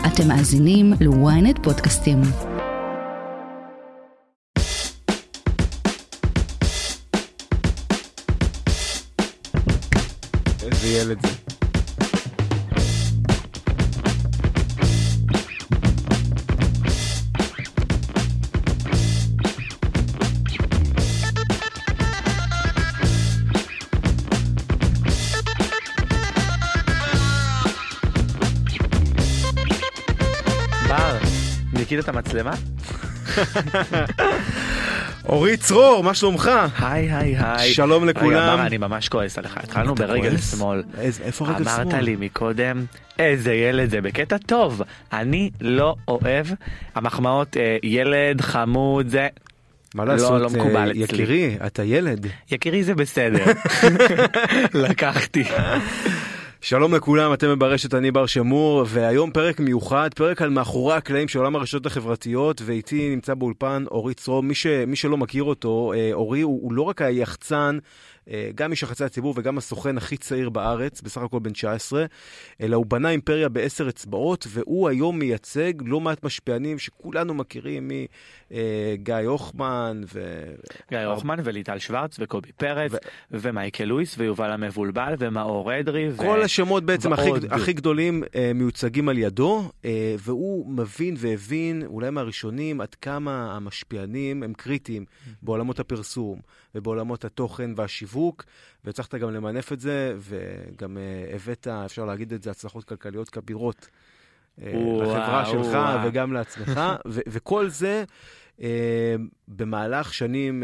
אתם מאזינים ל-ynet פודקאסטים. איזה ילד זה. ניקית את המצלמה? אורי צרור, מה שלומך? היי. שלום לכולם. רגע, אני ממש כועס עליך. התחלנו ברגל שמאל. איפה רגל שמאל? אמרת לי מקודם, איזה ילד זה, בקטע טוב. אני לא אוהב המחמאות, ילד חמוד זה... מה לעשות, לא מקובל אצלי. יקירי, אתה ילד. יקירי זה בסדר. לקחתי. שלום לכולם, אתם ברשת, אני בר שמור, והיום פרק מיוחד, פרק על מאחורי הקלעים של עולם הרשתות החברתיות, ואיתי נמצא באולפן אורי צרור. מי שלא מכיר אותו, אורי הוא לא רק היחצן, גם איש יחסי הציבור וגם הסוכן הכי צעיר בארץ, בסך הכל בן 19, אלא הוא בנה אימפריה ב10 אצבעות, והוא היום מייצג לא מעט משפיענים שכולנו מכירים, גיא הוחמן וליטל שוורץ וקובי פרץ ומייקל לואיס ויובל המבולבל ומאור אדרי. כל השמות בעצם הכי גדולים מיוצגים על ידו, והוא מבין והבין, אולי מהראשונים, עד כמה המשפיענים הם קריטיים בעולמות הפרסום ובעולמות התוכן והשיווק, והצלחת גם למנף את זה, וגם הבאת, אפשר להגיד את זה, הצלחות כלכליות כבירות לחברה שלך וגם לעצמך, וכל זה במהלך שנים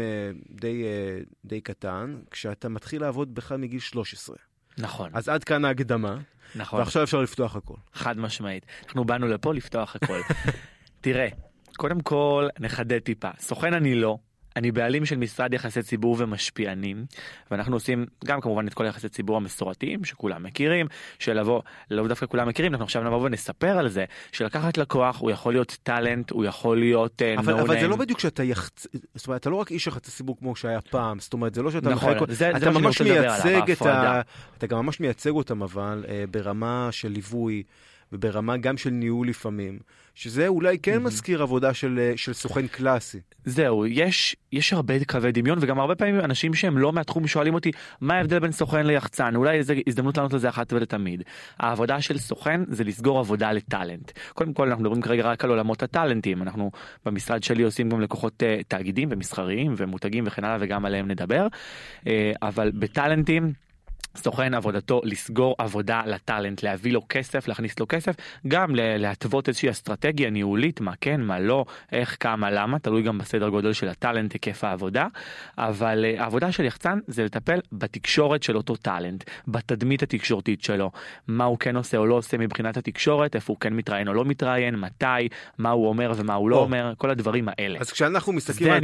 די קטן, כשאתה מתחיל לעבוד בכלל מגיל 13. נכון. אז עד כאן ההקדמה, נכון. ועכשיו אפשר לפתוח הכל. חד משמעית. אנחנו באנו לפה לפתוח הכל. תראה, קודם כל נחדד טיפה. סוכן אני לא. אני בעלים של משרד יחסי ציבור ומשפיענים, ואנחנו עושים גם כמובן את כל יחסי ציבור המסורתיים, שכולם מכירים, לא דווקא כולם מכירים, אנחנו עכשיו נבוא ונספר על זה, שלקחת לקוח, הוא יכול להיות טלנט, הוא יכול להיות אבל זה לא בדיוק שאתה זאת אומרת, אתה לא רק איש יחסי ציבור כמו שהיה פעם, זאת אומרת, זה לא שאתה נכון, אתה ממש מייצג אתה גם ממש מייצג אותם, אבל ברמה של ליווי, וברמה גם של ניהול לפעמים, שזה אולי כן מזכיר עבודה של סוכן קלאסי. זהו, יש הרבה קווי דמיון, וגם הרבה פעמים אנשים שהם לא מהתחום שואלים אותי, מה ההבדל בין סוכן ליחצן? אולי איזו הזדמנות לענות לזה אחת ולתמיד. העבודה של סוכן זה לסגור עבודה לטלנט. קודם כל, אנחנו מדברים כרגע רק על עולמות הטלנטים. אנחנו במשרד שלי עושים גם לקוחות תאגידים ומסחריים ומותגים וכן הלאה, וגם עליהם נדבר. אבל בטלנטים, סוכן עבודתו לסגור עבודה לטלנט, להביא לו כסף, להכניס לו כסף, גם להתוות איזושהי אסטרטגיה ניהולית, מה כן, מה לא, איך, כמה, למה, תלוי גם בסדר גודל של הטלנט, היקף העבודה, אבל העבודה של יחצן זה לטפל בתקשורת של אותו טלנט, בתדמית התקשורתית שלו, מה הוא כן עושה או לא עושה מבחינת התקשורת, איפה הוא כן מתראיין או לא מתראיין, מתי, מה הוא אומר ומה הוא לא אומר, כל הדברים האלה. אז כשאנחנו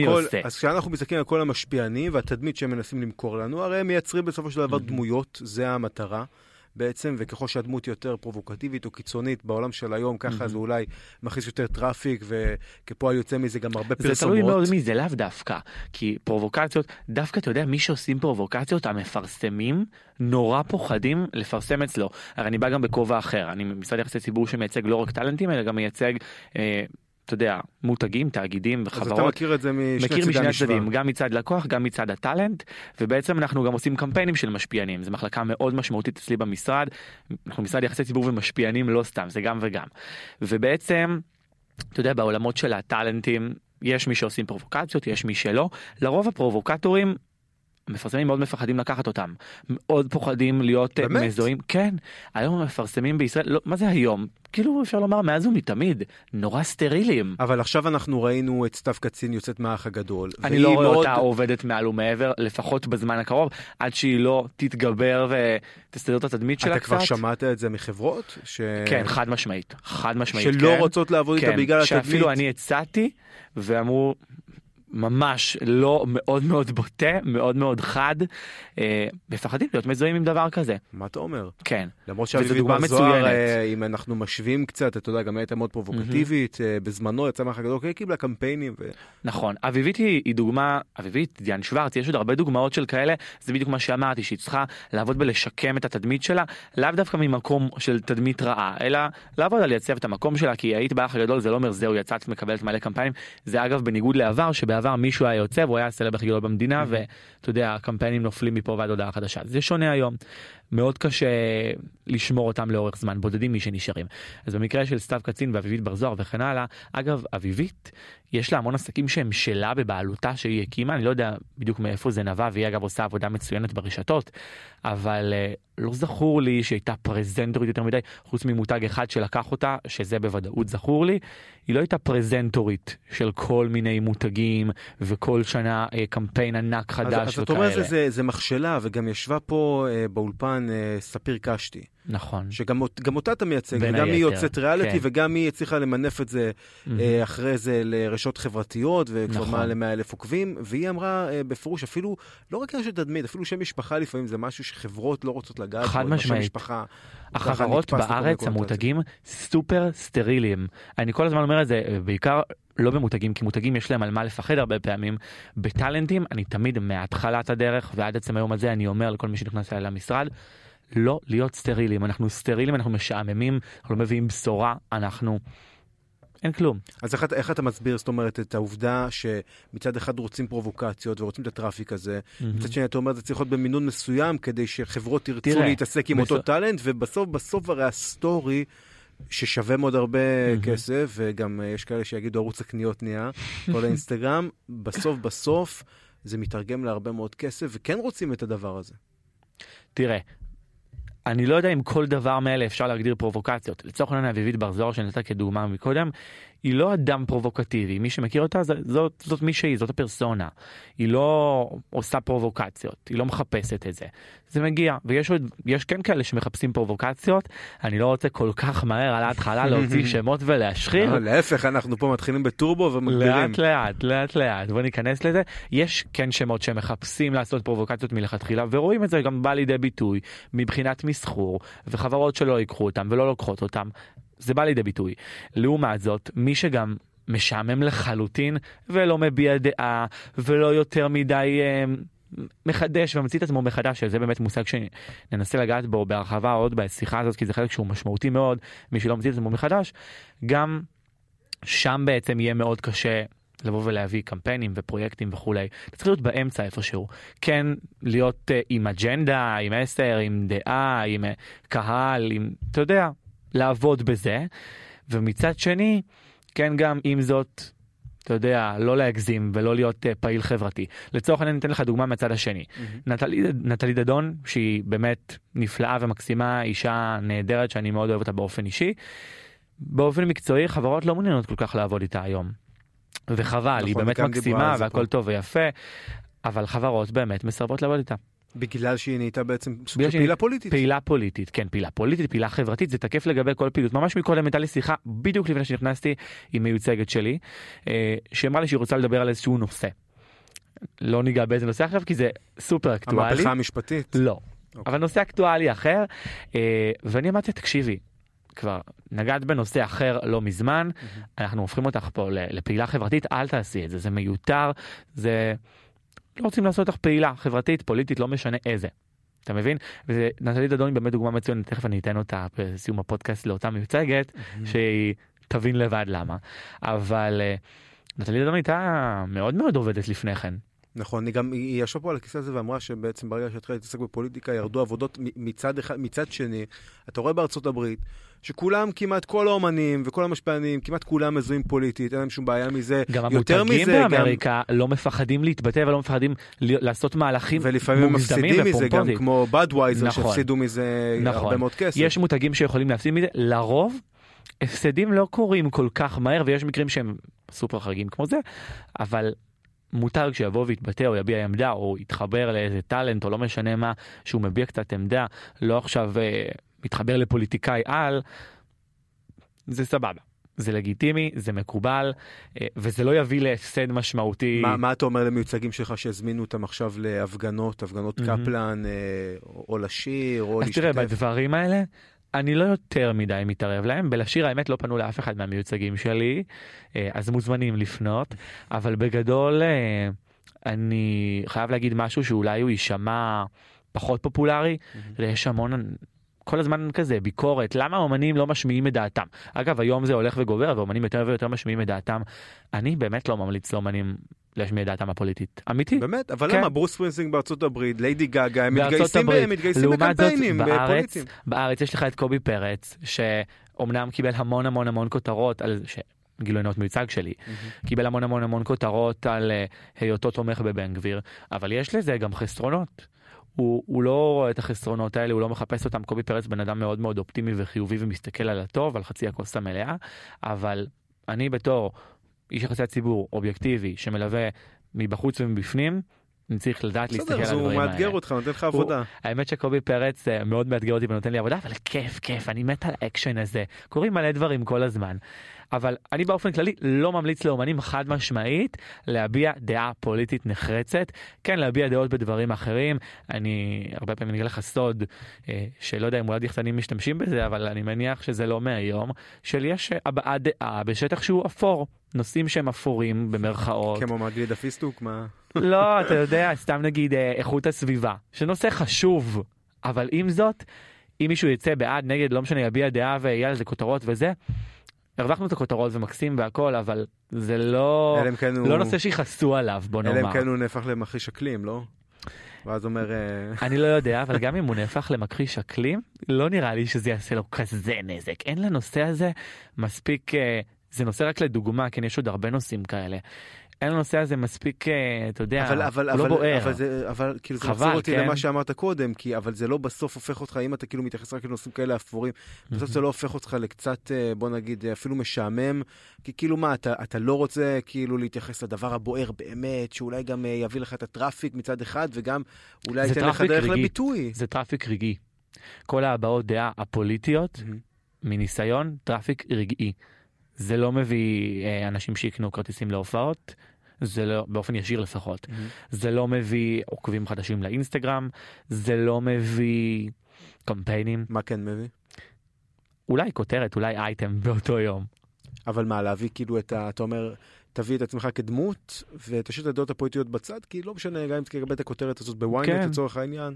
מסתכלים על כל המשפיענים והתדמית שהם מנסים למכור לנו, הרי הם מייצרים בסופו של דבר דמויות, זה המטרה בעצם, וככל שהדמות יותר פרובוקטיבית או קיצונית בעולם של היום, ככה זה אולי מכניס יותר טראפיק, וכפועל יוצא מזה גם הרבה פרסומות. זה תלוי מאוד מי, זה לאו דווקא, כי פרובוקציות, דווקא אתה יודע, מי שעושים פרובוקציות, המפרסמים, נורא פוחדים לפרסם אצלו. הרי אני בא גם בכובע אחר, אני משרד יחסי ציבור שמייצג לא רק טלנטים, אלא גם מייצג אתה יודע, מותגים, תאגידים וחברות. אז אתה מכיר את זה משני הצדדים, גם מצד לקוח, גם מצד הטלנט, ובעצם אנחנו גם עושים קמפיינים של משפיענים. זו מחלקה מאוד משמעותית אצלי במשרד. אנחנו משרד יחסי ציבור ומשפיענים לא סתם, זה גם וגם. ובעצם, אתה יודע, בעולמות של הטלנטים, יש מי שעושים פרובוקציות, יש מי שלא. לרוב הפרובוקטורים, המפרסמים מאוד מפחדים לקחת אותם. מאוד פוחדים להיות מזוהים. כן, היום המפרסמים בישראל, לא, מה זה היום? כאילו אפשר לומר מאז ומתמיד, נורא סטרילים. אבל עכשיו אנחנו ראינו את סתיו קצין יוצאת מהאח הגדול. אני לא רואה אותה עובדת מעל ומעבר, לפחות בזמן הקרוב, עד שהיא לא תתגבר ותסתדר את התדמית שלה קצת. אתה כבר שמעת את זה מחברות? כן, חד משמעית. שלא רוצות לעבוד איתה בגלל התדמית. שאפילו אני הצעתי, ואמרו, ממש לא מאוד מאוד בוטה, מאוד מאוד חד, מפחדים להיות מזוהים עם דבר כזה. מה אתה אומר? כן. למרות שאביבית בר זוהר, אם אנחנו משווים קצת, אתה יודע, גם הייתה מאוד פרובוקטיבית, בזמנו יצא מהחג הגדול, כי קיבלה קמפיינים. נכון, אביבית היא דוגמה, אביבית, דיאן שוורץ, יש עוד הרבה דוגמאות של כאלה, זה בדיוק מה שאמרתי, שהיא צריכה לעבוד בלשקם את התדמית שלה, לאו דווקא ממקום של תדמית רעה, אלא לעבוד על לייצב את המקום שלה, כי היית באח הגדול, זה לא אומר זהו, יצאת מקבלת מלא קמפיינים, זה אגב בניגוד לעבר, שבעבר מישהו היה יוצא, והוא היה הסלב הכי גדול במדינה, ואתה יודע, הקמפיינים נופלים מפה ועד הודעה חדשה. זה שונה היום. מאוד קשה לשמור אותם לאורך זמן, בודדים מי שנשארים. אז במקרה של סתיו קצין ואביבית בר זוהר וכן הלאה, אגב, אביבית, יש לה המון עסקים שהם שלה בבעלותה שהיא הקימה, אני לא יודע בדיוק מאיפה זה נבע, והיא אגב עושה עבודה מצוינת ברשתות, אבל לא זכור לי שהייתה פרזנטורית יותר מדי, חוץ ממותג אחד שלקח אותה, שזה בוודאות זכור לי, היא לא הייתה פרזנטורית של כל מיני מותגים, וכל שנה קמפיין ענק חדש וכאלה. אז אתה אומר זה מכשלה, וגם ישבה פה באולפן ספיר קשתי. נכון. שגם אותה אתה מייצג, וגם היא יוצאת ריאליטי, וגם היא הצליחה למנף את זה אחרי זה לרשתות חברתיות, וכבר מעל ל100,000 עוקבים, והיא אמרה בפירוש, אפילו, לא רק רשת תדמית, אפילו שם משפחה לפעמים זה משהו שחברות לא רוצות לגעת. חד משמעית. החברות בארץ, המותגים, סופר סטריליים. אני כל הזמן אומר את זה, בעיקר לא במותגים, כי מותגים יש להם על מה לפחד הרבה פעמים. בטלנטים, אני תמיד מהתחלת הדרך, ועד עצם היום הזה אני אומר לכל מי שנכנס אליי למשרד, לא להיות סטרילים. אנחנו סטרילים, אנחנו משעממים, אנחנו לא מביאים בשורה, אנחנו... אין כלום. אז איך אתה מסביר, זאת אומרת, את העובדה שמצד אחד רוצים פרובוקציות ורוצים את הטראפיק הזה, מצד שני אתה אומר, זה צריך להיות במינון מסוים כדי שחברות ירצו להתעסק עם אותו טלנט, ובסוף הרי הסטורי ששווה מאוד הרבה כסף, וגם יש כאלה שיגידו ערוץ הקניות נהיה, כל האינסטגרם, בסוף זה מתרגם להרבה מאוד כסף, וכן רוצים את הדבר הזה. תראה, אני לא יודע אם כל דבר מאלה אפשר להגדיר פרובוקציות. לצורך העניין אביבית בר זוהר שנתת כדוגמה מקודם, היא לא אדם פרובוקטיבי. מי שמכיר אותה, זאת מי שהיא, זאת הפרסונה. היא לא עושה פרובוקציות, היא לא מחפשת את זה. זה מגיע, ויש כן כאלה שמחפשים פרובוקציות, אני לא רוצה כל כך מהר על ההתחלה להוציא שמות ולהשחיר. להפך, אנחנו פה מתחילים בטורבו ומגדירים. לאט לאט, בוא ניכנס לזה. יש כן שמות שמחפשים לעשות פרובוקציות מלכתחילה, ורואים את זה גם בא לידי ביטוי, מבחינת מסחור, וחברות שלא ייקחו אותם ולא לוקחות אותם. זה בא לידי ביטוי. לעומת זאת, מי שגם משעמם לחלוטין ולא מביע דעה ולא יותר מדי מחדש ומציא את עצמו מחדש, שזה באמת מושג שננסה לגעת בו בהרחבה עוד בשיחה הזאת, כי זה חלק שהוא משמעותי מאוד, מי שלא מציא את עצמו מחדש, גם שם בעצם יהיה מאוד קשה לבוא ולהביא קמפיינים ופרויקטים וכולי. אתה צריך להיות באמצע איפשהו. כן, להיות עם אג'נדה, עם מסר, עם דעה, עם קהל, עם, אתה יודע, לעבוד בזה, ומצד שני, כן גם עם זאת, אתה יודע, לא להגזים ולא להיות פעיל חברתי. לצורך העניין ניתן לך דוגמה מהצד השני. נטלי דדון, שהיא באמת נפלאה ומקסימה, אישה נהדרת שאני מאוד אוהב אותה באופן אישי, באופן מקצועי חברות לא מעוניינות כל כך לעבוד איתה היום. וחבל, היא באמת מקסימה והכל טוב ויפה, אבל חברות באמת מסרבות לעבוד איתה. בגלל שהיא נהייתה בעצם סוג של פעילה פוליטית. פעילה פוליטית, כן, פעילה פוליטית, פעילה חברתית, זה תקף לגבי כל פעילות. ממש מקודם הייתה לי שיחה, בדיוק לפני שנכנסתי עם מיוצגת שלי, שאמרה לי שהיא רוצה לדבר על איזשהו נושא. לא ניגע באיזה נושא עכשיו, כי זה סופר אקטואלי. המהפכה המשפטית? לא. אבל נושא אקטואלי אחר, ואני אמרתי, תקשיבי, כבר נגעת בנושא אחר לא מזמן, אנחנו הופכים אותך פה לפעילה חברתית, אל תעשי את זה, זה מיותר, זה... לא רוצים לעשות אותך פעילה, חברתית, פוליטית, לא משנה איזה. אתה מבין? ונטלי דדון היא באמת דוגמה מצוינת, תכף אני אתן אותה בסיום הפודקאסט לאותה מיוצגת, שהיא תבין לבד למה. אבל נטלי דדון הייתה מאוד מאוד עובדת לפני כן. נכון, היא ישבה פה על הכיסא הזה ואמרה שבעצם ברגע שהתחילה להתעסק בפוליטיקה ירדו עבודות מצד שני. אתה רואה בארצות הברית שכולם, כמעט כל האומנים וכל המשפענים, כמעט כולם מזוהים פוליטית, אין להם שום בעיה מזה. גם המותגים באמריקה לא מפחדים להתבטא ולא מפחדים לעשות מהלכים ולפעמים הם מפסידים מזה, גם כמו בדווייזר שהפסידו מזה הרבה מאוד כסף. יש מותגים שיכולים להפסיד מזה, לרוב הפסדים לא קורים כל כך מהר, ויש מקרים שהם סופר חריגים כמו זה, אבל מותג שיבוא ויתבטא או יביע עמדה או יתחבר לאיזה טלנט או לא משנה מה, שהוא מביע קצת עמדה, לא עכשיו מתחבר לפוליטיקאי על, זה סבבה. זה לגיטימי, זה מקובל, וזה לא יביא להפסד משמעותי. מה אתה אומר למיוצגים שלך שהזמינו אותם עכשיו להפגנות, הפגנות קפלן, או לשיר, או להשתתף? אז תראה, בדברים האלה, אני לא יותר מדי מתערב להם. בלשיר האמת לא פנו לאף אחד מהמיוצגים שלי, אז מוזמנים לפנות, אבל בגדול אני חייב להגיד משהו שאולי הוא יישמע פחות פופולרי, יש המון כל הזמן כזה ביקורת, למה האומנים לא משמיעים את דעתם? אגב, היום זה הולך וגובר, והאומנים יותר ויותר משמיעים את דעתם. אני באמת לא ממליץ לאומנים להשמיע את דעתם הפוליטית. אמיתי. באמת? אבל למה? ברוס ספרינגסטין בארצות הברית, ליידי גאגה, הם מתגייסים בקמפיינים פוליטיים. בארץ יש לך את קובי פרץ, שאומנם קיבל המון המון המון כותרות על גילוי נאות מיוצג שלי, קיבל המון המון המון כותרות על היותו תומך בבן גביר, אבל יש לזה גם חסרונות. הוא לא רואה את החסרונות האלה, הוא לא מחפש אותם. קובי פרץ בן אדם מאוד מאוד אופטימי וחיובי ומסתכל על הטוב, על חצי הכוס המלאה, אבל אני בתור איש יחסי הציבור אובייקטיבי שמלווה מבחוץ ומבפנים, אני צריך לדעת להסתכל על הדברים האלה. הוא מאתגר אותך, נותן לך עבודה. האמת שקובי פרץ מאוד מאתגר אותי ונותן לי עבודה, אבל כיף, אני מת על האקשן הזה. קוראים מלא דברים כל הזמן. אבל אני באופן כללי לא ממליץ לאומנים חד משמעית להביע דעה פוליטית נחרצת. כן, להביע דעות בדברים אחרים. אני הרבה פעמים אגיד לך סוד, שלא יודע אם אולי יחצנים משתמשים בזה, אבל אני מניח שזה לא מהיום, של יש הבעה דעה בשטח שהוא אפור. נושאים שהם אפורים במרכאות. כמו מגליד הפיסטוק, מה? לא, אתה יודע, סתם נגיד איכות הסביבה, שנושא חשוב, אבל עם זאת, אם מישהו יצא בעד, נגד, לא משנה, יביע דעה ויהיה לזה כותרות וזה, הרווחנו את הכותרות ומקסים והכל, אבל זה לא נושא שיחסו עליו, בוא נאמר. אלא אם כן הוא נהפך למכחיש אקלים, לא? ואז אומר... אני לא יודע, אבל גם אם הוא נהפך למכחיש אקלים, לא נראה לי שזה יעשה לו כזה נזק. אין לנושא הזה מספיק... זה נושא רק לדוגמה, כן, יש עוד הרבה נושאים כאלה. אין לנושא הזה מספיק, אתה יודע, הוא לא בוער. אבל כאילו זה מחזור אותי למה שאמרת קודם, אבל זה לא בסוף הופך אותך, אם אתה כאילו מתייחס רק לנושאים כאלה אפורים, בסוף זה לא הופך אותך לקצת, בוא נגיד, אפילו משעמם, כי כאילו מה, אתה לא רוצה כאילו להתייחס לדבר הבוער באמת, שאולי גם יביא לך את הטראפיק מצד אחד, וגם אולי ייתן לך דרך לביטוי. זה טראפיק רגעי. כל ההבעות דעה הפוליטיות, מניסיון, טראפיק רגעי. זה לא מביא אנשים שיקנו כרטיסים להופעות, זה לא, באופן ישיר לפחות. זה לא מביא עוקבים חדשים לאינסטגרם, זה לא מביא קמפיינים. מה כן מביא? אולי כותרת, אולי אייטם באותו יום. אבל מה, להביא כאילו אתה אומר, תביא את עצמך כדמות, ותשאיר את הדעות הפוליטיות בצד, כי לא משנה, גם אם תקבל את הכותרת הזאת בוויינט לצורך העניין.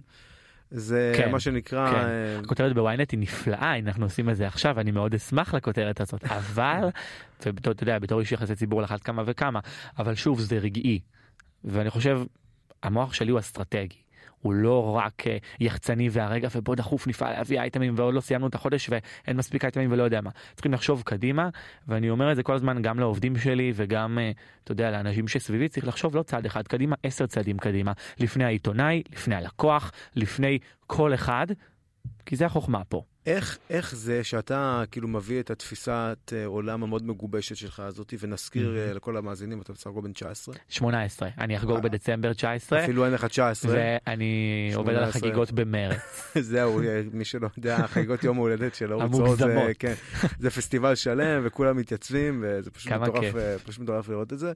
זה מה שנקרא... הכותרת בוויינט היא נפלאה, אנחנו עושים את זה עכשיו, אני מאוד אשמח לכותרת הזאת, אבל, אתה יודע, בתור איש יחסי ציבור לחת כמה וכמה, אבל שוב, זה רגעי, ואני חושב, המוח שלי הוא אסטרטגי, הוא לא רק יחצני והרגע, ובוא דחוף נפעל להביא אייטמים, ועוד לא סיימנו את החודש, ואין מספיק אייטמים ולא יודע מה. צריכים לחשוב קדימה, ואני אומר את זה כל הזמן גם לעובדים שלי, וגם, אתה יודע, לאנשים שסביבי, צריך לחשוב לא צעד אחד קדימה, 10 צעדים קדימה. לפני העיתונאי, לפני הלקוח, לפני כל אחד, כי זה החוכמה פה. איך זה שאתה כאילו מביא את התפיסת עולם המאוד מגובשת שלך הזאת, ונזכיר לכל המאזינים, אתה בסך הכל בן 19? 18, אני אחגוג בדצמבר 19. אפילו אין לך 19. ואני עובד על החגיגות במרץ. זהו, מי שלא יודע, חגיגות יום ההולדת של ערוץ אור, זה פסטיבל שלם, וכולם מתייצבים, וזה פשוט מטורף לראות את זה.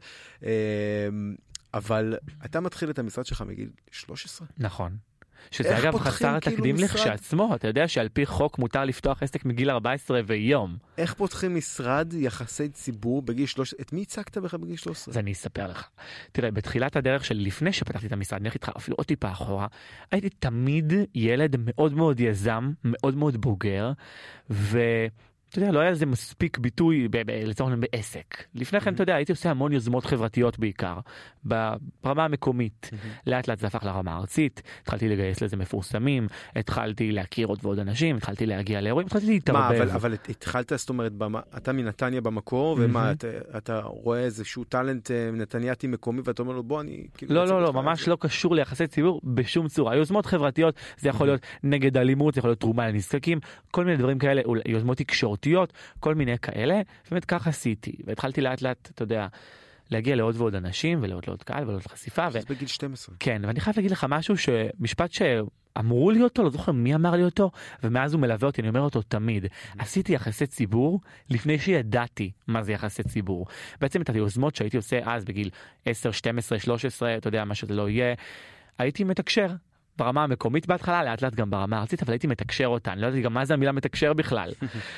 אבל אתה מתחיל את המשרד שלך מגיל 13? נכון. שזה אגב חסר תקדים לכשעצמו, אתה יודע שעל פי חוק מותר לפתוח עסק מגיל 14 ויום. איך פותחים משרד יחסי ציבור בגיל 13? את מי הצגת בך בגיל 13? אז אני אספר לך. תראה, בתחילת הדרך שלי, לפני שפתחתי את המשרד, אני איתך אפילו עוד טיפה אחורה, הייתי תמיד ילד מאוד מאוד יזם, מאוד מאוד בוגר, אתה יודע, לא היה לזה מספיק ביטוי לצורך בעסק. לפני כן, אתה יודע, הייתי עושה המון יוזמות חברתיות בעיקר, ברמה המקומית. לאט לאט זה הפך לרמה הארצית, התחלתי לגייס לזה מפורסמים, התחלתי להכיר עוד ועוד אנשים, התחלתי להגיע לאירועים, התחלתי להתערבב. מה, אבל התחלת, זאת אומרת, אתה מנתניה במקור, ומה, אתה רואה איזשהו טלנט נתנייתי מקומי, ואתה אומר לו, בוא, אני... לא, ממש לא קשור ליחסי ציבור בשום צורה. יוזמות חברתיות, זה יכול להיות נגד אלימות, זה יכול להיות תרומה לנזקקים, כל מיני דברים כאלה, יוזמות תקשורתיות, כל מיני כאלה, באמת כך עשיתי, והתחלתי לאט לאט, אתה יודע, להגיע לעוד ועוד אנשים ולעוד קהל ולעוד חשיפה. זה בגיל 12. כן, ואני חייב להגיד לך משהו משפט שאמרו לי אותו, לא זוכר מי אמר לי אותו, ומאז הוא מלווה אותי, אני אומר אותו תמיד. עשיתי יחסי ציבור לפני שידעתי מה זה יחסי ציבור. בעצם את היוזמות שהייתי עושה אז בגיל 10, 12, 13, אתה יודע מה שזה לא יהיה, הייתי מתקשר. ברמה המקומית בהתחלה, לאט לאט גם ברמה הארצית, אבל הייתי מתקשר אותה, אני לא יודעת גם מה זה המילה מתקשר בכלל.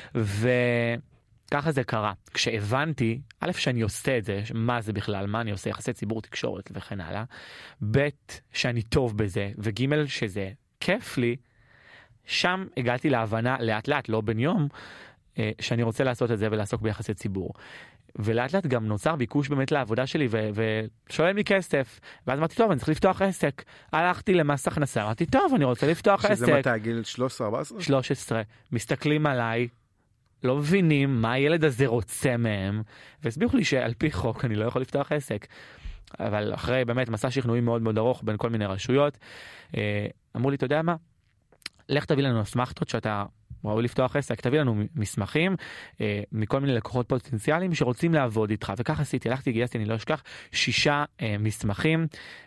וככה זה קרה. כשהבנתי, א', שאני עושה את זה, מה זה בכלל, מה אני עושה, יחסי ציבור, תקשורת וכן הלאה, ב', שאני טוב בזה, וג', שזה כיף לי, שם הגעתי להבנה לאט לאט, לא בן יום, שאני רוצה לעשות את זה ולעסוק ביחסי ציבור. ולאט לאט גם נוצר ביקוש באמת לעבודה שלי ושואל לי כסף, ואז אמרתי טוב אני צריך לפתוח עסק, הלכתי למס הכנסה, אמרתי טוב אני רוצה לפתוח עסק. שזה מתי, גיל 13-14? 13, מסתכלים עליי, לא מבינים מה הילד הזה רוצה מהם, והסבירו לי שעל פי חוק אני לא יכול לפתוח עסק, אבל אחרי באמת מסע שכנועים מאוד מאוד ארוך בין כל מיני רשויות, אמרו לי אתה יודע מה, לך תביא לנו אסמכתות שאתה ראוי לפתוח עסק, תביא לנו מסמכים מכל מיני לקוחות פוטנציאליים שרוצים לעבוד איתך, וכך עשיתי, הלכתי, גייסתי, אני לא אשכח, 6 מסמכים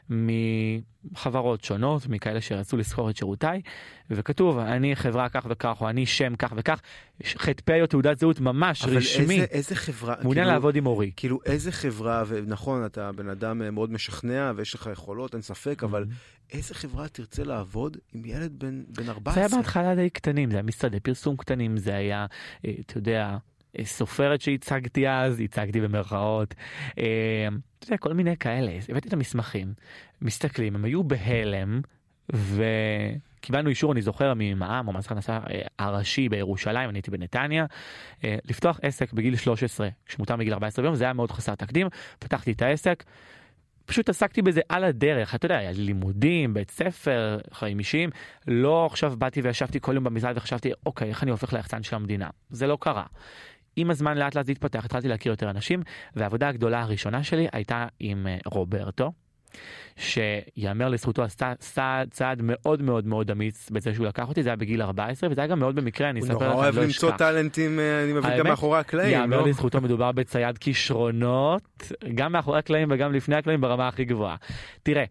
מחברות שונות, מכאלה שרצו לסחור את שירותיי, וכתוב, אני חברה כך וכך, או אני שם כך וכך, חטפי או תעודת זהות ממש רשמי. אבל איזה חברה? מעוניין לעבוד עם אורי. כאילו איזה חברה, ונכון, אתה בן אדם מאוד משכנע, ויש לך יכולות, אין ספק, אבל איזה חברה תרצה לעבוד עם ילד בן 14? זה היה בהתחלה די קטנים, זה היה משרדי פרסום קטנים, זה היה, אתה יודע, סופרת שהצגתי אז, הצגתי במרכאות, אתה יודע, כל מיני כאלה, הבאתי את המסמכים, מסתכלים, הם היו בהלם, וקיבלנו אישור, אני זוכר, ממע"מ, או מס הכנסה הראשי בירושלים, אני הייתי בנתניה, לפתוח עסק בגיל 13, שמותר מגיל 14 ביום, זה היה מאוד חסר תקדים, פתחתי את העסק, פשוט עסקתי בזה על הדרך, אתה יודע, היה לימודים, בית ספר, חיים אישיים, לא עכשיו באתי וישבתי כל יום במשרד וחשבתי, אוקיי, איך אני הופך ליחצן של המדינה? זה לא קרה. עם הזמן לאט לאט זה התפתח, התחלתי להכיר יותר אנשים, והעבודה הגדולה הראשונה שלי הייתה עם רוברטו, שיאמר לזכותו עשה צעד מאוד מאוד מאוד אמיץ בזה שהוא לקח אותי, זה היה בגיל 14, וזה היה גם מאוד במקרה, אני אספר לך, הוא נורא אוהב למצוא טלנטים, אני מבין גם מאחורי הקלעים, לא? יאמר לזכותו, מדובר בצייד כישרונות, גם מאחורי הקלעים וגם לפני הקלעים ברמה הכי גבוהה. תראה,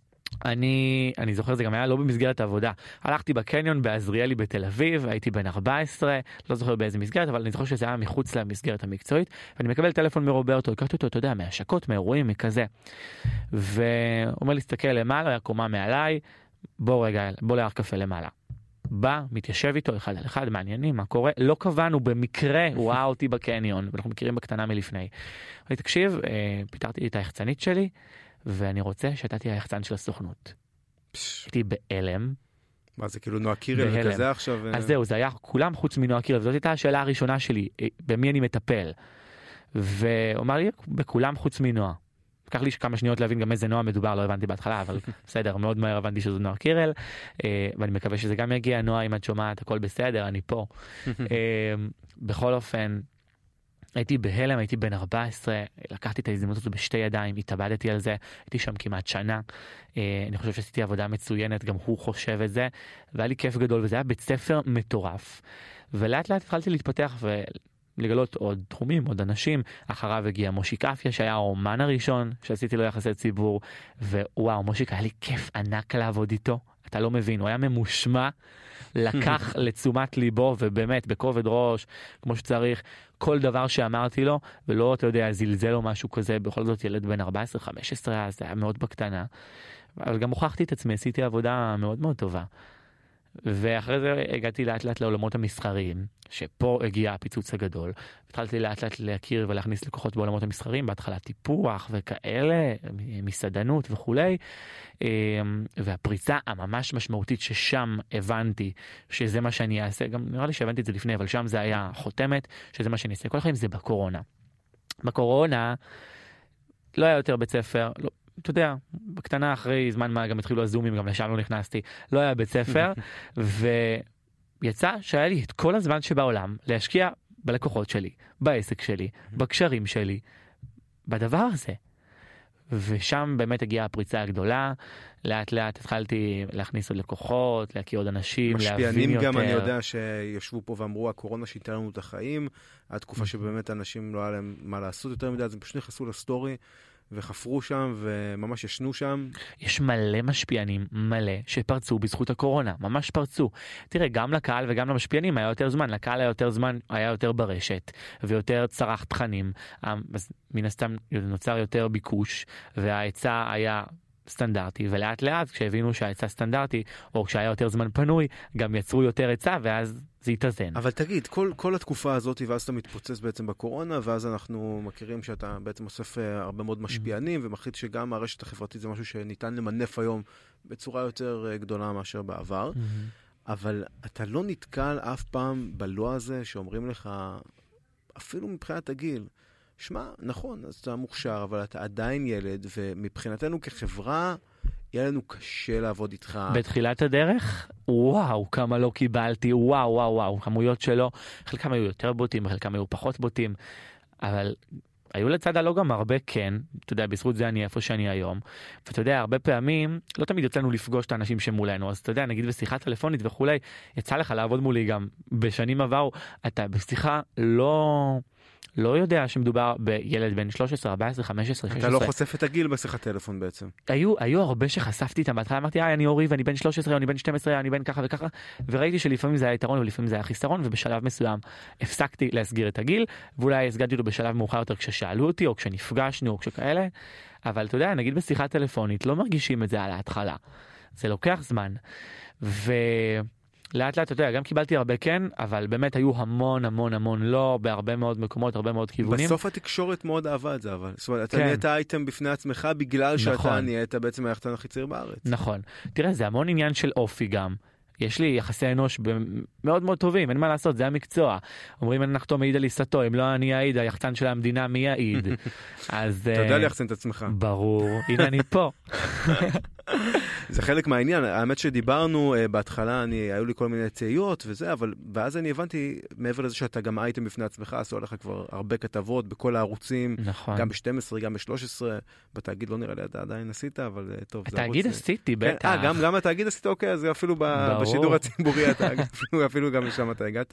אני זוכר, זה גם היה לא במסגרת העבודה. הלכתי בקניון בעזריאלי בתל אביב, הייתי בן 14, לא זוכר באיזה מסגרת, אבל אני זוכר שזה היה מחוץ למסגרת המקצועית, ואני מקבל טלפון מרוברטו, הכרתי אותו, אתה יודע, מהשקות, מאירועים, מכזה. ואומר לי, תסתכל למעלה, היה קומה מעליי, בוא לאח קפה למעלה. בא, מתיישב איתו אחד על אחד, מעניינים, מה קורה? לא קבענו, במקרה הוא ראה אותי בקניון, ואנחנו מכירים בקטנה מלפני. אני תקשיב, פיתרתי את היחצנית שלי, ואני רוצה שאתה תהיה היחצן של הסוכנות. הייתי באלם. מה זה, כאילו נועה קירל וכזה עכשיו? אז זהו, זה היה כולם חוץ מנועה קירל, וזאת הייתה השאלה הראשונה שלי, במי אני מטפל. והוא אמר לי, בכולם חוץ מנועה. לקח לי כמה שניות להבין גם איזה נועה מדובר, לא הבנתי בהתחלה, אבל בסדר, מאוד מהר הבנתי שזו נועה קירל, ואני מקווה שזה גם יגיע, נועה, אם את שומעת, הכל בסדר, אני פה. בכל אופן, הייתי בהלם, הייתי בן 14, לקחתי את ההזדמנות הזאת בשתי ידיים, התאבדתי על זה, הייתי שם כמעט שנה, אני חושב שעשיתי עבודה מצוינת, גם הוא חושב את זה, והיה לי כיף גדול, וזה היה בית ספר מטורף, ולאט לאט התחלתי להתפתח ולגלות עוד תחומים, עוד אנשים, אחריו הגיע מושיק אפיה, שהיה האומן הראשון שעשיתי לו יחסי ציבור, ווואו, מושיק, היה לי כיף ענק לעבוד איתו, אתה לא מבין, הוא היה ממושמע, לקח לתשומת ליבו, ובאמת, בכובד ראש, כמו שצריך, כל דבר שאמרתי לו, ולא, אתה יודע, זלזל או משהו כזה, בכל זאת ילד בן 14-15, אז זה היה מאוד בקטנה, אבל גם הוכחתי את עצמי, עשיתי עבודה מאוד מאוד טובה. ואחרי זה הגעתי לאט לאט לעולמות המסחריים, שפה הגיע הפיצוץ הגדול, התחלתי לאט לאט להכיר ולהכניס לקוחות בעולמות המסחריים, בהתחלה טיפוח וכאלה, מסעדנות וכולי, והפריצה הממש משמעותית ששם הבנתי שזה מה שאני אעשה, גם נראה לי שהבנתי את זה לפני, אבל שם זה היה חותמת, שזה מה שאני אעשה כל החיים, זה בקורונה. בקורונה לא היה יותר בית ספר, לא, אתה יודע, בקטנה אחרי זמן מה גם התחילו הזומים, גם לשם לא נכנסתי, לא היה בית ספר, ויצא שהיה לי את כל הזמן שבעולם להשקיע בלקוחות שלי, בעסק שלי, בקשרים שלי, בדבר הזה. ושם באמת הגיעה הפריצה הגדולה, לאט לאט התחלתי להכניס עוד לקוחות, להכיר עוד אנשים, להבין יותר. משפיענים גם אני יודע שישבו פה ואמרו, הקורונה שיתה לנו את החיים, התקופה שבאמת אנשים לא היה להם מה לעשות יותר מדי, אז הם פשוט נכנסו לסטורי, וחפרו שם וממש ישנו שם. יש מלא משפיענים, מלא, שפרצו בזכות הקורונה, ממש פרצו. תראה, גם לקהל וגם למשפיענים היה יותר זמן, לקהל היה יותר זמן, היה יותר ברשת, ויותר צרך תכנים, אז מן הסתם נוצר יותר ביקוש, וההיצע היה סטנדרטי, ולאט לאט כשהבינו שההיצע סטנדרטי, או כשהיה יותר זמן פנוי, גם יצרו יותר היצע, ואז זה יתאזן. אבל תגיד, כל התקופה הזאת, ואז אתה מתפוצץ בעצם בקורונה, ואז אנחנו מכירים שאתה בעצם אוסף הרבה מאוד משפיענים, ומחליט שגם הרשת החברתית זה משהו שניתן למנף היום בצורה יותר גדולה מאשר בעבר. אבל אתה לא נתקל אף פעם בלוע הזה שאומרים לך, אפילו מבחינת הגיל, שמע, נכון, אז אתה מוכשר, אבל אתה עדיין ילד, ומבחינתנו כחברה, יהיה לנו קשה לעבוד איתך. בתחילת הדרך, וואו, כמה לא קיבלתי, וואו, וואו, וואו, כמויות שלו, חלקם היו יותר בוטים, חלקם היו פחות בוטים, אבל היו לצד הלא גם הרבה כן, אתה יודע, בזכות זה אני איפה שאני היום, ואתה יודע, הרבה פעמים, לא תמיד יצאנו לפגוש את האנשים שמולנו, אז אתה יודע, נגיד בשיחה טלפונית וכולי, יצא לך לעבוד מולי גם בשנים עברו, אתה בשיחה לא יודע שמדובר בילד בן 13, 14, 15, 16. אתה לא חושף את הגיל בשיחת טלפון בעצם. היו הרבה שחשפתי איתם, בהתחלה אמרתי, אני אורי ואני בן 13, אני בן 12, אני בן ככה וככה, וראיתי שלפעמים זה היה יתרון ולפעמים זה היה חיסרון, ובשלב מסוים הפסקתי להסגיר את הגיל, ואולי הסגרתי לו בשלב מאוחר יותר כששאלו אותי, או כשנפגשנו, או כשכאלה, אבל אתה יודע, נגיד בשיחה טלפונית, לא מרגישים את זה על ההתחלה. זה לוקח זמן. לאט לאט, אתה יודע, גם קיבלתי הרבה כן, אבל באמת היו המון לא, בהרבה מאוד מקומות, הרבה מאוד כיוונים. בסוף התקשורת מאוד אהבה את זה, אבל. זאת אומרת, אתה נהיית אייטם בפני עצמך, בגלל שאתה נהיית בעצם היחצן הכי צעיר בארץ. נכון. תראה, זה המון עניין של אופי גם. יש לי יחסי אנוש מאוד מאוד טובים, אין מה לעשות, זה המקצוע. אומרים, אני נחתום מעיד על עיסתו, אם לא אני אעיד, היחצן של המדינה, מי יעיד? אז... אתה יודע ליחצן את עצמך. ברור, הנה אני פה. זה חלק מהעניין, האמת שדיברנו בהתחלה, היו לי כל מיני תהיות וזה, אבל ואז אני הבנתי, מעבר לזה שאתה גם אייטם בפני עצמך, עשו עליך כבר הרבה כתבות בכל הערוצים, נכון. גם ב-12, גם ב-13, בתאגיד לא נראה לי, אתה עדיין עשית, אבל טוב, זה התאגיד עשיתי, בטח. גם התאגיד עשית, אוקיי, אז אפילו בשידור הציבורי, אפילו גם לשם אתה הגעת.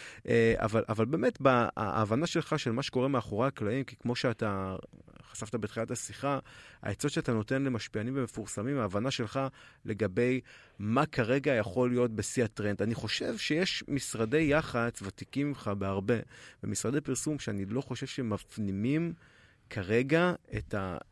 אבל באמת, בהבנה שלך של מה שקורה מאחורי הקלעים, כי כמו שאתה חשפת בתחילת השיחה, העצות שאתה נותן למשפיענים ומפורסמים, ההבנה שלך לגבי מה כרגע יכול להיות בשיא הטרנד. אני חושב שיש משרדי יח"צ ותיקים לך בהרבה, ומשרדי פרסום שאני לא חושב שמפנימים כרגע את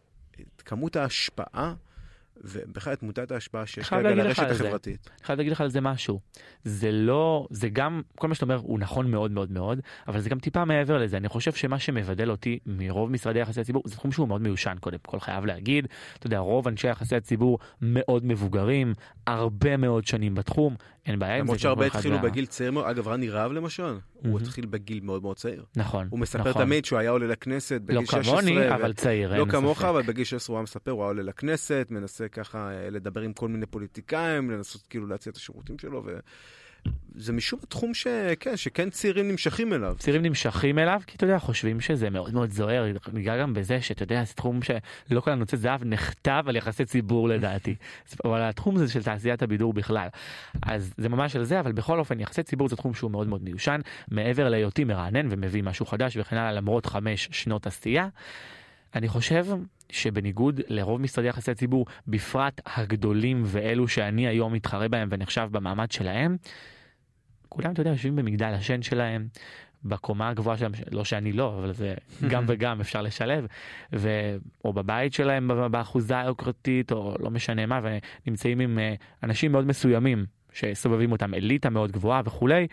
כמות ההשפעה, ובכלל את מוטת ההשפעה שיש כרגע לרשת החברתית. אני חייב להגיד לך על זה משהו. זה לא, זה גם, כל מה שאתה אומר הוא נכון מאוד מאוד מאוד, אבל זה גם טיפה מעבר לזה. אני חושב שמה שמבדל אותי מרוב משרדי יחסי הציבור, זה תחום שהוא מאוד מיושן קודם. כל חייב להגיד, אתה יודע, רוב אנשי יחסי הציבור מאוד מבוגרים, הרבה מאוד שנים בתחום, אין בעיה עם זה. למרות שהרבה התחילו בגיל צעיר מאוד. אגב, רני רהב למשל, הוא התחיל בגיל מאוד מאוד צעיר. נכון. הוא מספר תמיד שהוא היה עולה לכנסת בגיל 16. לא כמוני, אבל צעיר. לא כמוך, אבל בגיל 16 הוא היה מספר, הוא היה עולה לכנסת, מנסה ככה לדבר עם כל מיני פוליטיקאים, לנסות כאילו להציע את השירותים שלו, וזה משום התחום שכן צעירים נמשכים אליו. צעירים נמשכים אליו, כי אתה יודע, חושבים שזה מאוד מאוד זוהר, ניגע גם בזה שאתה יודע, זה תחום שלא כל הנוצאת זהב נכתב על יחסי ציבור לדעתי, אבל התחום הזה של תעשיית הבידור בכלל, אז זה ממש על זה, אבל בכל אופן, יחסי ציבור זה תחום שהוא מאוד מאוד מיושן, מעבר להיותי מרענן ומביא משהו חדש וכן הלאה, למרות 5 שנות עשייה, אני חושב שבניגוד לרוב משרדי יחסי הציבור, בפרט הגדולים ואלו שאני היום מתחרה בהם ונחשב במעמד שלהם, כולם, אתה יודע, יושבים במגדל השן שלהם, בקומה הגבוהה שלהם, לא שאני לא, אבל זה גם וגם אפשר לשלב, או בבית שלהם באחוזה היוקרתית, או לא משנה מה, ונמצאים עם אנשים מאוד מסוימים, שסובבים אותם אליטה מאוד גבוהה וכולי,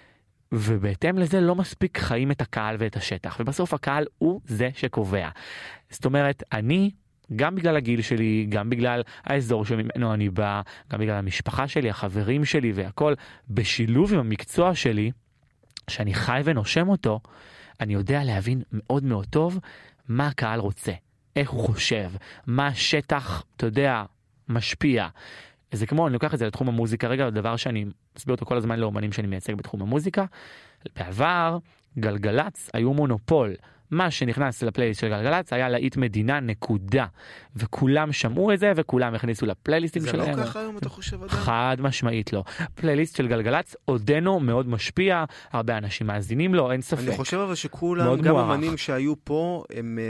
ובהתאם לזה לא מספיק חיים את הקהל ואת השטח, ובסוף הקהל הוא זה שקובע. זאת אומרת, אני, גם בגלל הגיל שלי, גם בגלל האזור שממנו אני בא, גם בגלל המשפחה שלי, החברים שלי והכל, בשילוב עם המקצוע שלי, שאני חי ונושם אותו, אני יודע להבין מאוד מאוד טוב מה הקהל רוצה, איך הוא חושב, מה השטח, אתה יודע, משפיע. זה כמו, אני לוקח את זה לתחום המוזיקה, רגע, דבר שאני מסביר אותו כל הזמן לאומנים שאני מייצג בתחום המוזיקה. בעבר, גלגלץ היו מונופול מה שנכנס לפלייליסט של גלגלצ היה להיט מדינה נקודה, וכולם שמעו את זה וכולם הכניסו לפלייליסטים שלהם. זה לא ככה היום אתה חושב עדיין? חד משמעית לא. פלייליסט של גלגלצ עודנו מאוד משפיע, הרבה אנשים מאזינים לו, אין ספק. אני חושב אבל שכולם, גם אמנים שהיו פה,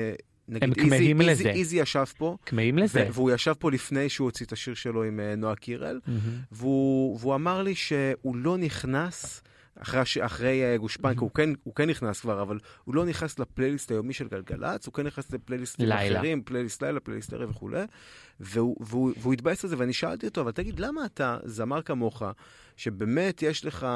הם כמהים לזה. איזי ישב פה. כמהים לזה. והוא ישב פה לפני שהוא הוציא את השיר שלו עם נועה קירל, והוא אמר לי שהוא לא נכנס, אחרי גושפנקה, הוא כן נכנס כבר, אבל הוא לא נכנס לפלייליסט היומי של גלגלצ, הוא כן נכנס לפלייליסטים אחרים, פלייליסט לילה, פלייליסט ערב וכו'. והוא התבאס על זה, ואני שאלתי אותו, אבל תגיד, למה אתה זמר כמוך, שבאמת יש לך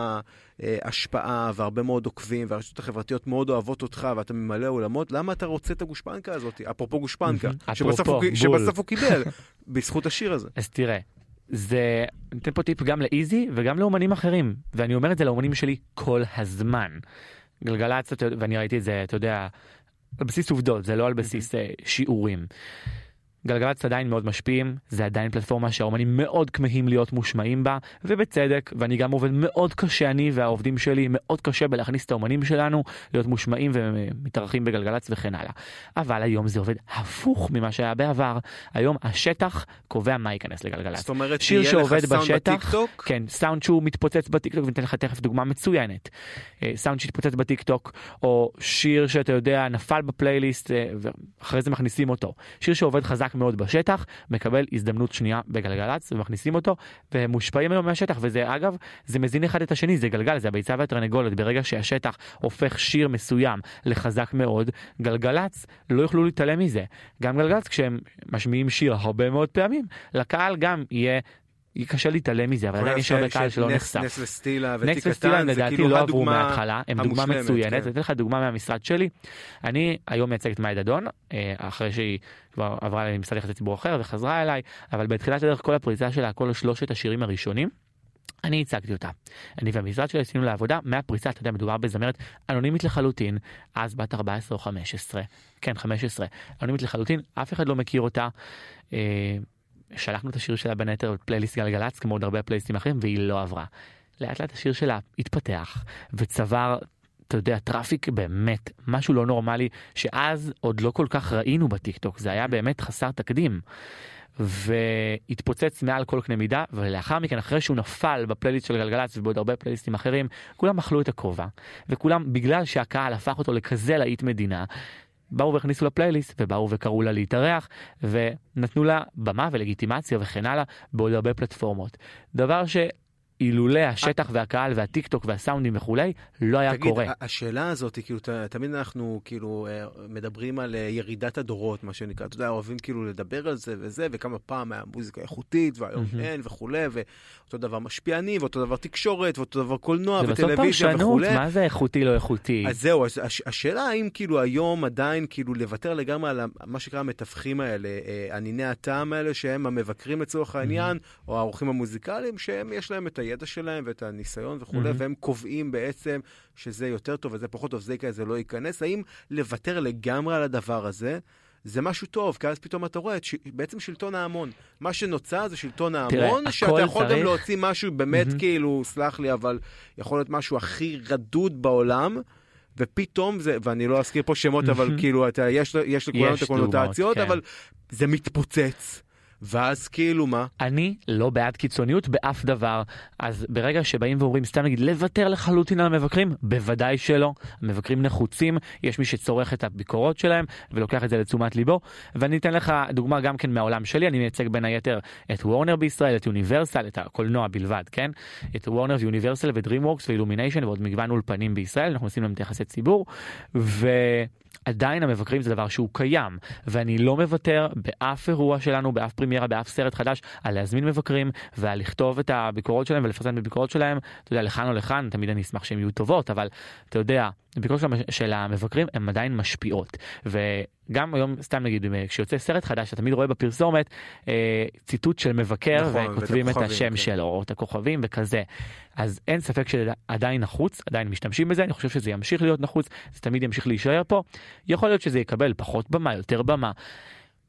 השפעה והרבה מאוד עוקבים, והרשתות החברתיות מאוד אוהבות אותך, ואתה ממלא עולמות, למה אתה רוצה את הגושפנקה הזאת? אפרופו גושפנקה, שבסוף הוא קיבל, בזכות השיר הזה. אז תראה, זה ניתן פה טיפ גם לאיזי וגם לאומנים אחרים, ואני אומר את זה לאומנים שלי כל הזמן. גלגלצ, ואני ראיתי את זה, אתה יודע, על בסיס עובדות, זה לא על בסיס שיעורים. גלגלצ עדיין מאוד משפיעים, זה עדיין פלטפורמה שהאומנים מאוד כמהים להיות מושמעים בה, ובצדק, ואני גם עובד מאוד קשה, אני והעובדים שלי מאוד קשה בלהכניס את האומנים שלנו להיות מושמעים ומתארחים בגלגלצ וכן הלאה. אבל היום זה עובד הפוך ממה שהיה בעבר. היום השטח קובע מה ייכנס לגלגלצ. זאת אומרת, שיר שעובד בשטח, בטיקטוק? כן, סאונד שהוא מתפוצץ בטיקטוק, וניתן לך תכף דוגמה מצוינת. סאונד שהתפוצץ בטיקטוק, או שיר שאתה יודע נפל בפלייליסט, ואחרי זה מכניסים אותו. שיר שעובד חזק מאוד בשטח, מקבל הזדמנות שנייה בגלגלצ, ומכניסים אותו, ומושפעים היום מהשטח, וזה אגב, זה מזין אחד את השני, זה גלגל, זה הביצה והתרנגולת, ברגע שהשטח הופך שיר מסוים לחזק מאוד, גלגלצ לא יוכלו להתעלם מזה. גם גלגלצ, כשהם משמיעים שיר הרבה מאוד פעמים, לקהל גם יהיה קשה להתעלם מזה, אבל עדיין יש הרבה קהל שלא נחשף. נקס וסטילה נקס וסטילה לדעתי לא עברו מההתחלה, הם דוגמה מצוינת. אני אתן לך דוגמה מהמשרד שלי. אני היום מייצג את מאי דדון, אחרי שהיא כבר עברה למשרד יחסי ציבור אחר וחזרה אליי, אבל בתחילת הדרך כל הפריצה שלה, כל שלושת השירים הראשונים, אני הצגתי אותה. אני והמשרד שלי עשינו לעבודה מהפריצה, אתה יודע, מדובר בזמרת אנונימית לחלוטין, אז בת 14 או 15. כן, 15. אנונימית לחלוטין, אף אחד לא מכיר אותה. שלחנו את השיר שלה בין היתר בפלייליסט גלגלצ, כמו עוד הרבה פלייליסטים אחרים, והיא לא עברה. לאט לאט השיר שלה התפתח, וצבר, אתה יודע, טראפיק באמת, משהו לא נורמלי, שאז עוד לא כל כך ראינו בטיקטוק, זה היה באמת חסר תקדים. והתפוצץ מעל כל קנה מידה, ולאחר מכן, אחרי שהוא נפל בפלייליסט של גלגלצ ובעוד הרבה פלייליסטים אחרים, כולם אכלו את הכובע, וכולם, בגלל שהקהל הפך אותו לכזה להיט מדינה, באו והכניסו לפלייליסט, ובאו וקראו לה להתארח, ונתנו לה במה ולגיטימציה וכן הלאה, בעוד הרבה פלטפורמות. דבר שאילולא השטח והקהל והטיקטוק והסאונדים וכולי, לא היה קורה. תגיד, השאלה הזאת, כאילו, תמיד אנחנו כאילו מדברים על ירידת הדורות, מה שנקרא, אתה יודע, אוהבים כאילו לדבר על זה וזה, וכמה פעם המוזיקה איכותית, והיום אין וכולי, ואותו דבר משפיעני, ואותו דבר תקשורת, ואותו דבר קולנוע וטלוויזיה וכולי. מה זה איכותי לא איכותי? אז זהו, השאלה האם כאילו היום עדיין כאילו לוותר לגמרי על מה שקרה המתווכים האלה, עניני הטעם האלה שהם המבקרים לצורך העניין, או העורכים המוזיקליים, שהם יש להם את הידע שלהם ואת הניסיון וכולי, והם קובעים בעצם שזה יותר טוב וזה פחות טוב, זה כזה לא ייכנס. האם לוותר לגמרי על הדבר הזה, זה משהו טוב, כי אז פתאום אתה רואה בעצם שלטון ההמון. מה שנוצר זה שלטון ההמון, שאתה יכול גם להוציא משהו באמת כאילו, סלח לי, אבל יכול להיות משהו הכי רדוד בעולם, ופתאום זה, ואני לא אזכיר פה שמות, אבל כאילו, יש לכולנו את הקונוטציות, אבל זה מתפוצץ. ואז כאילו מה? אני לא בעד קיצוניות באף דבר. אז ברגע שבאים ואומרים, סתם נגיד, לוותר לחלוטין על המבקרים, בוודאי שלא. המבקרים נחוצים, יש מי שצורך את הביקורות שלהם, ולוקח את זה לתשומת ליבו. ואני אתן לך דוגמה גם כן מהעולם שלי, אני מייצג בין היתר את וורנר בישראל, את יוניברסל, את הקולנוע בלבד, כן? את וורנר ויוניברסל ודרימוורקס ואילומינשן ועוד מגוון אולפנים בישראל, אנחנו עושים להם יחסי ציבור, עדיין המבקרים זה דבר שהוא קיים, ואני לא מוותר באף אירוע שלנו, באף פרימיירה, באף סרט חדש, על להזמין מבקרים ועל לכתוב את הביקורות שלהם ולפרסם בביקורות שלהם, אתה יודע, לכאן או לכאן, תמיד אני אשמח שהם יהיו טובות, אבל אתה יודע, הביקורות של המבקרים הן עדיין משפיעות, וגם היום, סתם נגיד, כשיוצא סרט חדש, אתה תמיד רואה בפרסומת ציטוט של מבקר, נכון, וכותבים את השם שלו, או את הכוכבים וכזה. אז אין ספק שעדיין נחוץ, עדיין משתמשים בזה, אני חושב שזה ימשיך להיות נחוץ, זה תמיד ימשיך להישאר פה. יכול להיות שזה יקבל פחות במה, יותר במה.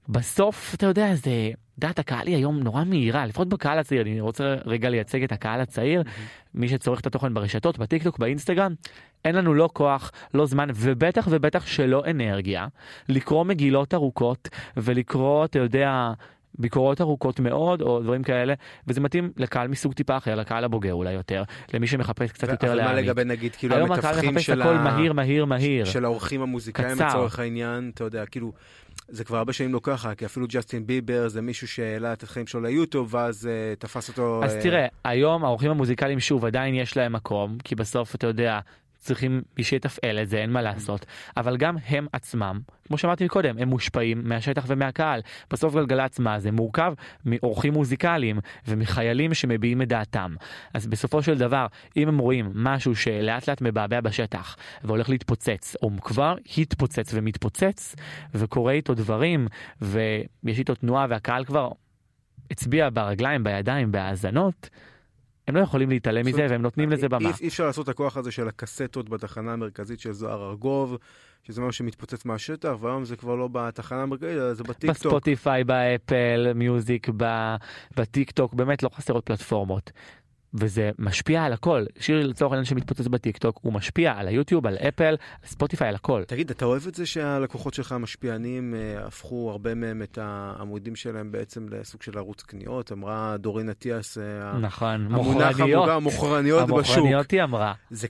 בסוף, אתה יודע, זה, דעת הקהל היא היום נורא מהירה, לפחות בקהל הצעיר, אני רוצה רגע לייצג את הקהל הצעיר, מי שצורך את התוכן ברשתות, בטיקטוק, באינסטגרם, אין לנו לא כוח, לא זמן, ובטח ובטח שלא אנרגיה, לקרוא מגילות ארוכות, ולקרוא, אתה יודע, ביקורות ארוכות מאוד, או דברים כאלה, וזה מתאים לקהל מסוג טיפה אחר, לקהל הבוגר אולי יותר, למי שמחפש קצת יותר להעמיק. אבל מה לגבי נגיד, כאילו היום הקהל מחפש הכל מהיר. של האורחים המוזיקאים לצורך העניין, אתה יודע, כאילו, זה כבר הרבה שנים לא ככה, כי אפילו ג'סטין ביבר זה מישהו שהעלה את החיים שלו ליוטיוב, ואז תפס אותו... אז תראה, היום האורחים המוזיקליים שוב עדיין יש להם מקום, כי בסוף אתה יודע, צריכים מי שיתפעל את זה, אין מה לעשות. אבל גם הם עצמם, כמו שאמרתי מקודם, הם מושפעים מהשטח ומהקהל. בסוף גלגלצ מה זה מורכב מאורחים מוזיקליים ומחיילים שמביעים את דעתם. אז בסופו של דבר, אם הם רואים משהו שלאט לאט מבעבע בשטח והולך להתפוצץ, או כבר התפוצץ ומתפוצץ, וקורא איתו דברים, ויש איתו תנועה והקהל כבר הצביע ברגליים, בידיים, בהאזנות, הם לא יכולים להתעלם מזה, והם נותנים לזה במה. אי אפשר לעשות את הכוח הזה של הקסטות בתחנה המרכזית של זוהר ארגוב, שזה משהו שמתפוצץ מהשטח, והיום זה כבר לא בתחנה המרכזית, זה בטיקטוק. בספוטיפיי, באפל, מיוזיק, בטיקטוק, באמת לא חסרות פלטפורמות. וזה משפיע על הכל. שיר לצורך העניין שמתפוצץ בטיקטוק, הוא משפיע על היוטיוב, על אפל, על ספוטיפיי, על הכל. תגיד, אתה אוהב את זה שהלקוחות שלך המשפיענים הפכו הרבה מהם את העמודים שלהם בעצם לסוג של ערוץ קניות? אמרה דורין אטיאס, נכון, מוכרניות בשוק. המוכרניות היא אמרה. זה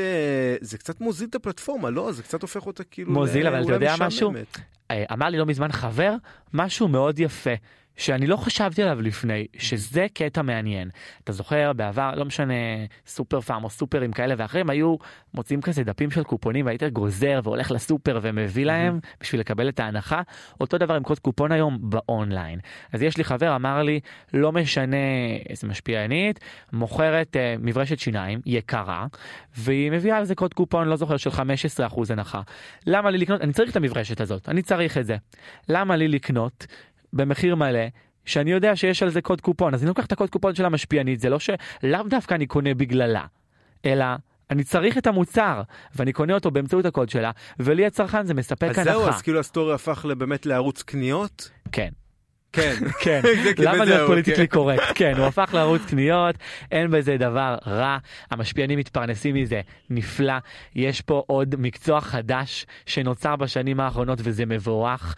קצת מוזיל את הפלטפורמה, לא? זה קצת הופך אותה כאילו... מוזיל, אבל אתה יודע משהו? אמר לי לא מזמן חבר, משהו מאוד יפה. שאני לא חשבתי עליו לפני, שזה קטע מעניין. אתה זוכר, בעבר, לא משנה, סופר פארם או סופרים כאלה ואחרים, היו מוצאים כזה דפים של קופונים, והיית גוזר והולך לסופר ומביא להם בשביל לקבל את ההנחה. אותו דבר עם קוד קופון היום באונליין. אז יש לי חבר, אמר לי, לא משנה איזה משפיענית, מוכרת מברשת שיניים, יקרה, והיא מביאה על זה קוד קופון, לא זוכר, של 15% הנחה. למה לי לקנות? אני צריך את המברשת הזאת, אני צריך את זה. למה לי לקנות במחיר מלא, שאני יודע שיש על זה קוד קופון, אז אני לוקח את הקוד קופון של המשפיענית, זה לא שלאו דווקא אני קונה בגללה, אלא אני צריך את המוצר, ואני קונה אותו באמצעות הקוד שלה, ולי הצרכן זה מספק הנחה. אז זהו, אז כאילו הסטורי הפך באמת לערוץ קניות? כן. כן. כן. למה להיות פוליטיקלי קורקט? כן, הוא הפך לערוץ קניות, אין בזה דבר רע, המשפיענים מתפרנסים מזה, נפלא, יש פה עוד מקצוע חדש שנוצר בשנים האחרונות, וזה מבורך,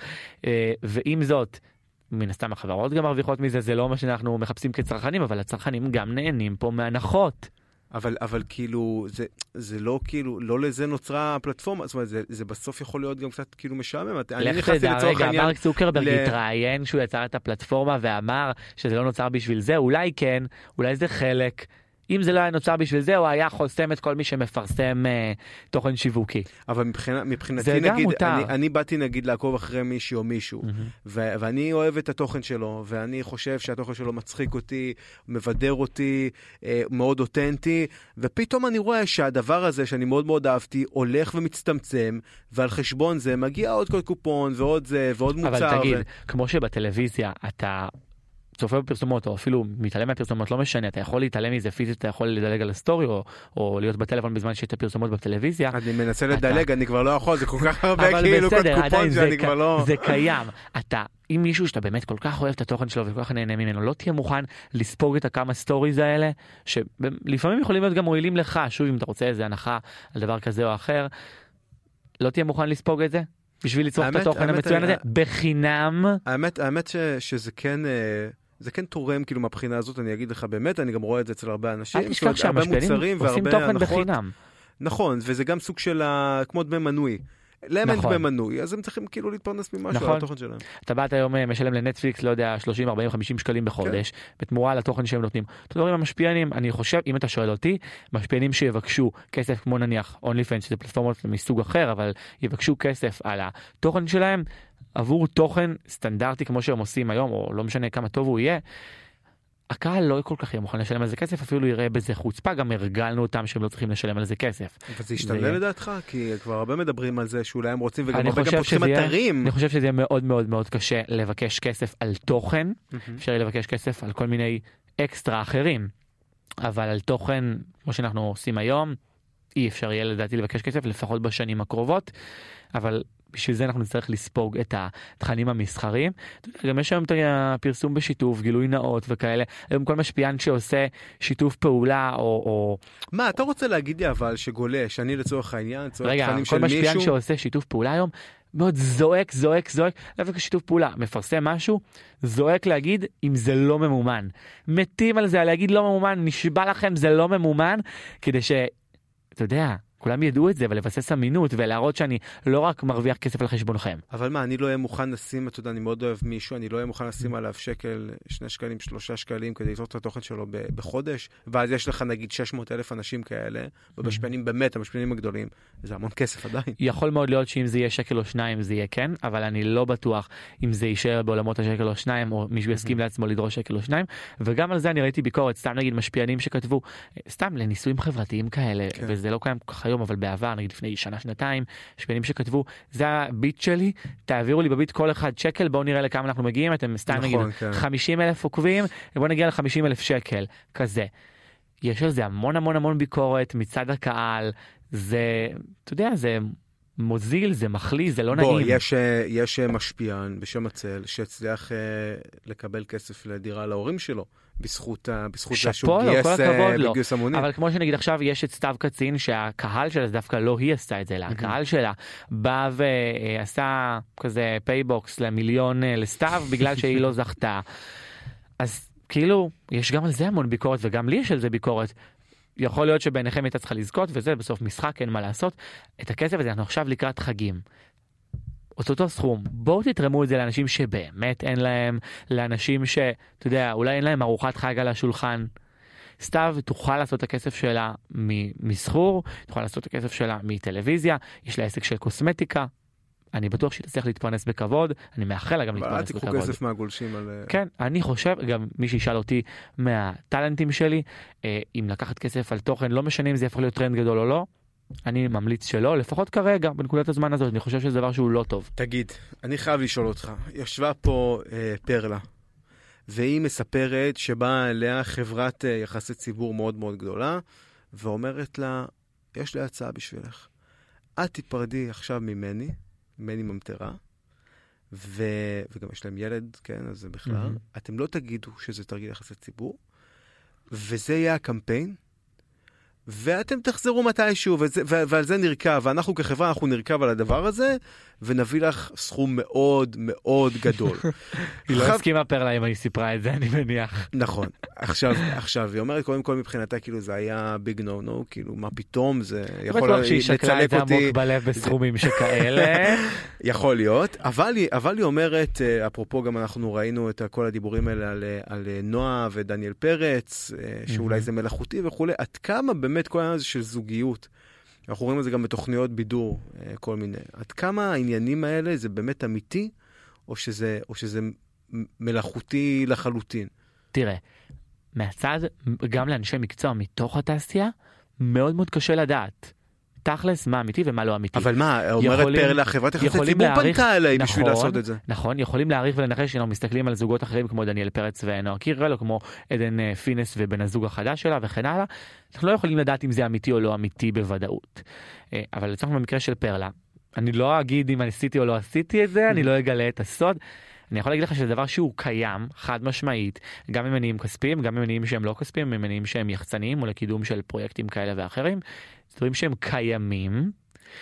ועם זאת, מן הסתם החברות גם מרוויחות מזה, זה לא מה שאנחנו מחפשים כצרכנים, אבל הצרכנים גם נהנים פה מהנחות. אבל כאילו, זה לא כאילו, לא לזה נוצרה הפלטפורמה, זאת אומרת, זה בסוף יכול להיות גם קצת כאילו משעמם. לך תדע, רגע, מרק צוקרברג התראיין שהוא יצר את הפלטפורמה ואמר שזה לא נוצר בשביל זה, אולי כן, אולי זה חלק. אם זה לא היה נוצר בשביל זה, הוא היה חוסם את כל מי שמפרסם תוכן שיווקי. אבל מבחינתי, נגיד, אני באתי נגיד לעקוב אחרי מישהו או מישהו, ואני אוהב את התוכן שלו, ואני חושב שהתוכן שלו מצחיק אותי, מבדר אותי, מאוד אותנטי, ופתאום אני רואה שהדבר הזה שאני מאוד מאוד אהבתי, הולך ומצטמצם, ועל חשבון זה מגיע עוד כל קופון, ועוד זה, ועוד מוצר. אבל תגיד, כמו שבטלוויזיה אתה צופה בפרסומות, או אפילו מתעלם מהפרסומות, לא משנה, אתה יכול להתעלם מזה פיזית, אתה יכול לדלג על הסטורי, או להיות בטלפון בזמן שיש את הפרסומות בטלוויזיה. אני מנסה לדלג, אני כבר לא יכול, זה כל כך הרבה כאילו קוד קופון שאני כבר לא... זה קיים. אם מישהו שאתה באמת כל כך אוהב את התוכן שלו, וכל כך נהנה ממנו, לא תהיה מוכן לספוג את הכמה סטוריז האלה, שלפעמים יכולים להיות גם מועילים לך, שוב, אם אתה רוצה איזה הנחה על דבר כזה או אחר, לא תהיה מוכן לספוג את זה? בשביל לצרוך את התוכן המצוין הזה, בחינם. האמת שזה כן... זה כן תורם כאילו מהבחינה הזאת, אני אגיד לך באמת, אני גם רואה את זה אצל הרבה אנשים. אל תשכח שהמשפיענים עושים תוכן בחינם. נכון, וזה גם סוג של כמו דמי מנוי. להם אין דמי מנוי, אז הם צריכים כאילו להתפרנס ממשהו על התוכן שלהם. אתה באת היום משלם לנטפליקס, לא יודע, 30, 40, 50 שקלים בחודש, בתמורה לתוכן שהם נותנים. אתה יודע, המשפיענים, אני חושב, אם אתה שואל אותי, משפיענים שיבקשו כסף, כמו נניח OnlyFans, שזה פלטפורמות מסוג אחר, אבל יבקשו כסף על התוכן שלהם, עבור תוכן סטנדרטי כמו שהם עושים היום, או לא משנה כמה טוב הוא יהיה, הקהל לא כל כך יהיה מוכן לשלם על זה כסף, אפילו יראה בזה חוצפה, גם הרגלנו אותם שהם לא צריכים לשלם על זה כסף. אבל זה ישתנה לדעתך? כי כבר הרבה מדברים על זה שאולי הם רוצים, וגם הרבה גם פותחים אתרים. אני חושב שזה יהיה מאוד מאוד מאוד קשה לבקש כסף על תוכן, אפשר לבקש כסף על כל מיני אקסטרה אחרים, אבל על תוכן, כמו שאנחנו עושים היום, אי אפשר יהיה לדעתי לבקש כסף, לפחות בשנים הקרובות, אבל בשביל זה אנחנו נצטרך לספוג את התכנים המסחריים. גם יש היום את הפרסום בשיתוף, גילוי נאות וכאלה. היום כל משפיען שעושה שיתוף פעולה או... מה, אתה רוצה להגיד לי אבל שגולש, אני לצורך העניין, צורך רגע, תכנים כל של משפיען מישהו... שעושה שיתוף פעולה היום, מאוד זועק, דווקא שיתוף פעולה, מפרסם משהו, זועק להגיד אם זה לא ממומן. מתים על זה, להגיד לא ממומן, נשבע לכם זה לא ממומן, כדי ש... אתה יודע... כולם ידעו את זה, ולבסס אמינות, ולהראות שאני לא רק מרוויח כסף על חשבונכם. אבל מה, אני לא אהיה מוכן לשים, אתה יודע, אני מאוד אוהב מישהו, אני לא אהיה מוכן לשים עליו שקל, 2 שקלים, 3 שקלים, כדי לצורך את התוכן שלו בחודש, ואז יש לך נגיד 600,000 אנשים כאלה, ובשפנים באמת, המשפנים הגדולים, זה המון כסף עדיין. יכול מאוד להיות שאם זה יהיה 1 או 2 שקל זה יהיה כן, אבל אני לא בטוח אם זה יישאר בעולמות 1 או 2 שקל, או מישהו יסכים לעצמו לדרוש 1 או 2 שקל, וגם על זה אני ראיתי ביקורת, סתם נגיד משפיענים שכתבו, סתם לניסויים חברתיים כאלה, וזה לא קיים כך היום, אבל בעבר, נגיד לפני שנה-שנתיים, משפיענים שכתבו, זה הביט שלי, תעבירו לי בביט כל 1 שקל, בואו נראה לכמה אנחנו מגיעים, אתם סתם נגיד 50,000 עוקבים, ובואו נגיע ל50,000 שקל, כזה. יש על זה המון ביקורת מצד הקהל, זה, אתה יודע, זה מוזיל, זה מחלי, זה לא נעים. בוא, יש משפיען בשם הצל, שהצליח לקבל כסף לדירה להורים שלו, בזכות זה שהוא גייס המונים. אבל כמו שנגיד עכשיו, יש את סתיו קצין, שהקהל שלה, דווקא לא היא עשתה את זה, אלא הקהל שלה בא ועשה כזה פייבוקס ל1,000,000 לסתיו, בגלל שהיא לא זכתה. אז כאילו, יש גם על זה המון ביקורת, וגם לי יש על זה ביקורת. יכול להיות שבעיניכם הייתה צריכה לזכות, וזה בסוף משחק, אין מה לעשות. את הכסף הזה אנחנו עכשיו לקראת חגים. אותו סכום, בואו תתרמו את זה לאנשים שבאמת אין להם, לאנשים אתה יודע, אולי אין להם ארוחת חג על השולחן. סתיו תוכל לעשות את הכסף שלה מסחור, תוכל לעשות את הכסף שלה מטלוויזיה, יש לה עסק של קוסמטיקה, אני בטוח שהיא תצליח להתפרנס בכבוד, אני מאחל לה גם להתפרנס בכבוד. תיקחו כסף מהגולשים על... כן, אני חושב, גם מי שישאל אותי מהטלנטים שלי, אם לקחת כסף על תוכן, לא משנה אם זה יכול להיות טרנד גדול או לא, אני ממליץ שלא, לפחות כרגע, בנקודת הזמן הזאת, אני חושב שזה דבר שהוא לא טוב. תגיד, אני חייב לשאול אותך, ישבה פה פרלה, והיא מספרת שבאה אליה חברת יחסי ציבור מאוד מאוד גדולה, ואומרת לה, יש לי הצעה בשבילך. את תיפרדי עכשיו ממני ממטרה, וגם יש להם ילד, כן, אז זה בכלל. אתם לא תגידו שזה תרגיל יחסי ציבור, וזה יהיה הקמפיין, ואתם תחזרו מתישהו, ועל זה נרכב, ואנחנו כחברה, אנחנו נרכב על הדבר הזה, ונביא לך סכום מאוד מאוד גדול. היא לא הסכימה פרלה אם היא סיפרה את זה, אני מניח. נכון. עכשיו, היא אומרת, קודם כל מבחינתה, כאילו זה היה ביג נו נו, כאילו מה פתאום, זה יכול בטוח שהיא שקלה את זה עמוק בלב בסכומים שכאלה. יכול להיות, אבל היא אומרת, אפרופו גם אנחנו ראינו את כל הדיבורים האלה על נועה ודניאל פרץ, שאולי זה מלאכותי וכו', עד כמה באמת כל העניין הזה של זוגיות, אנחנו רואים את זה גם בתוכניות בידור, כל מיני. עד כמה העניינים האלה זה באמת אמיתי, או שזה מלאכותי לחלוטין? תראה, מהצד, גם לאנשי מקצוע מתוך התעשייה, מאוד מאוד קשה לדעת. תכלס, מה אמיתי ומה לא אמיתי. אבל מה, אומרת פרלה, חברת יחסי ציבור פנתה אליי בשביל לעשות את זה. נכון, יכולים להעריך ולנחש שאנחנו מסתכלים על זוגות אחרים כמו דניאל פרץ ונועה קירל, או כמו עדן פינס ובן הזוג החדש שלה וכן הלאה. אנחנו לא יכולים לדעת אם זה אמיתי או לא אמיתי בוודאות. אבל לצורך במקרה של פרלה, אני לא אגיד אם עשיתי או לא עשיתי את זה, אני לא אגלה את הסוד. אני יכול להגיד לך שזה דבר שהוא קיים, חד משמעית, גם ממניעים כספיים, גם ממניעים שהם לא כספיים, ממניעים שהם יחצניים או לקידום של פרויקטים כאלה ואחרים. דברים שהם קיימים.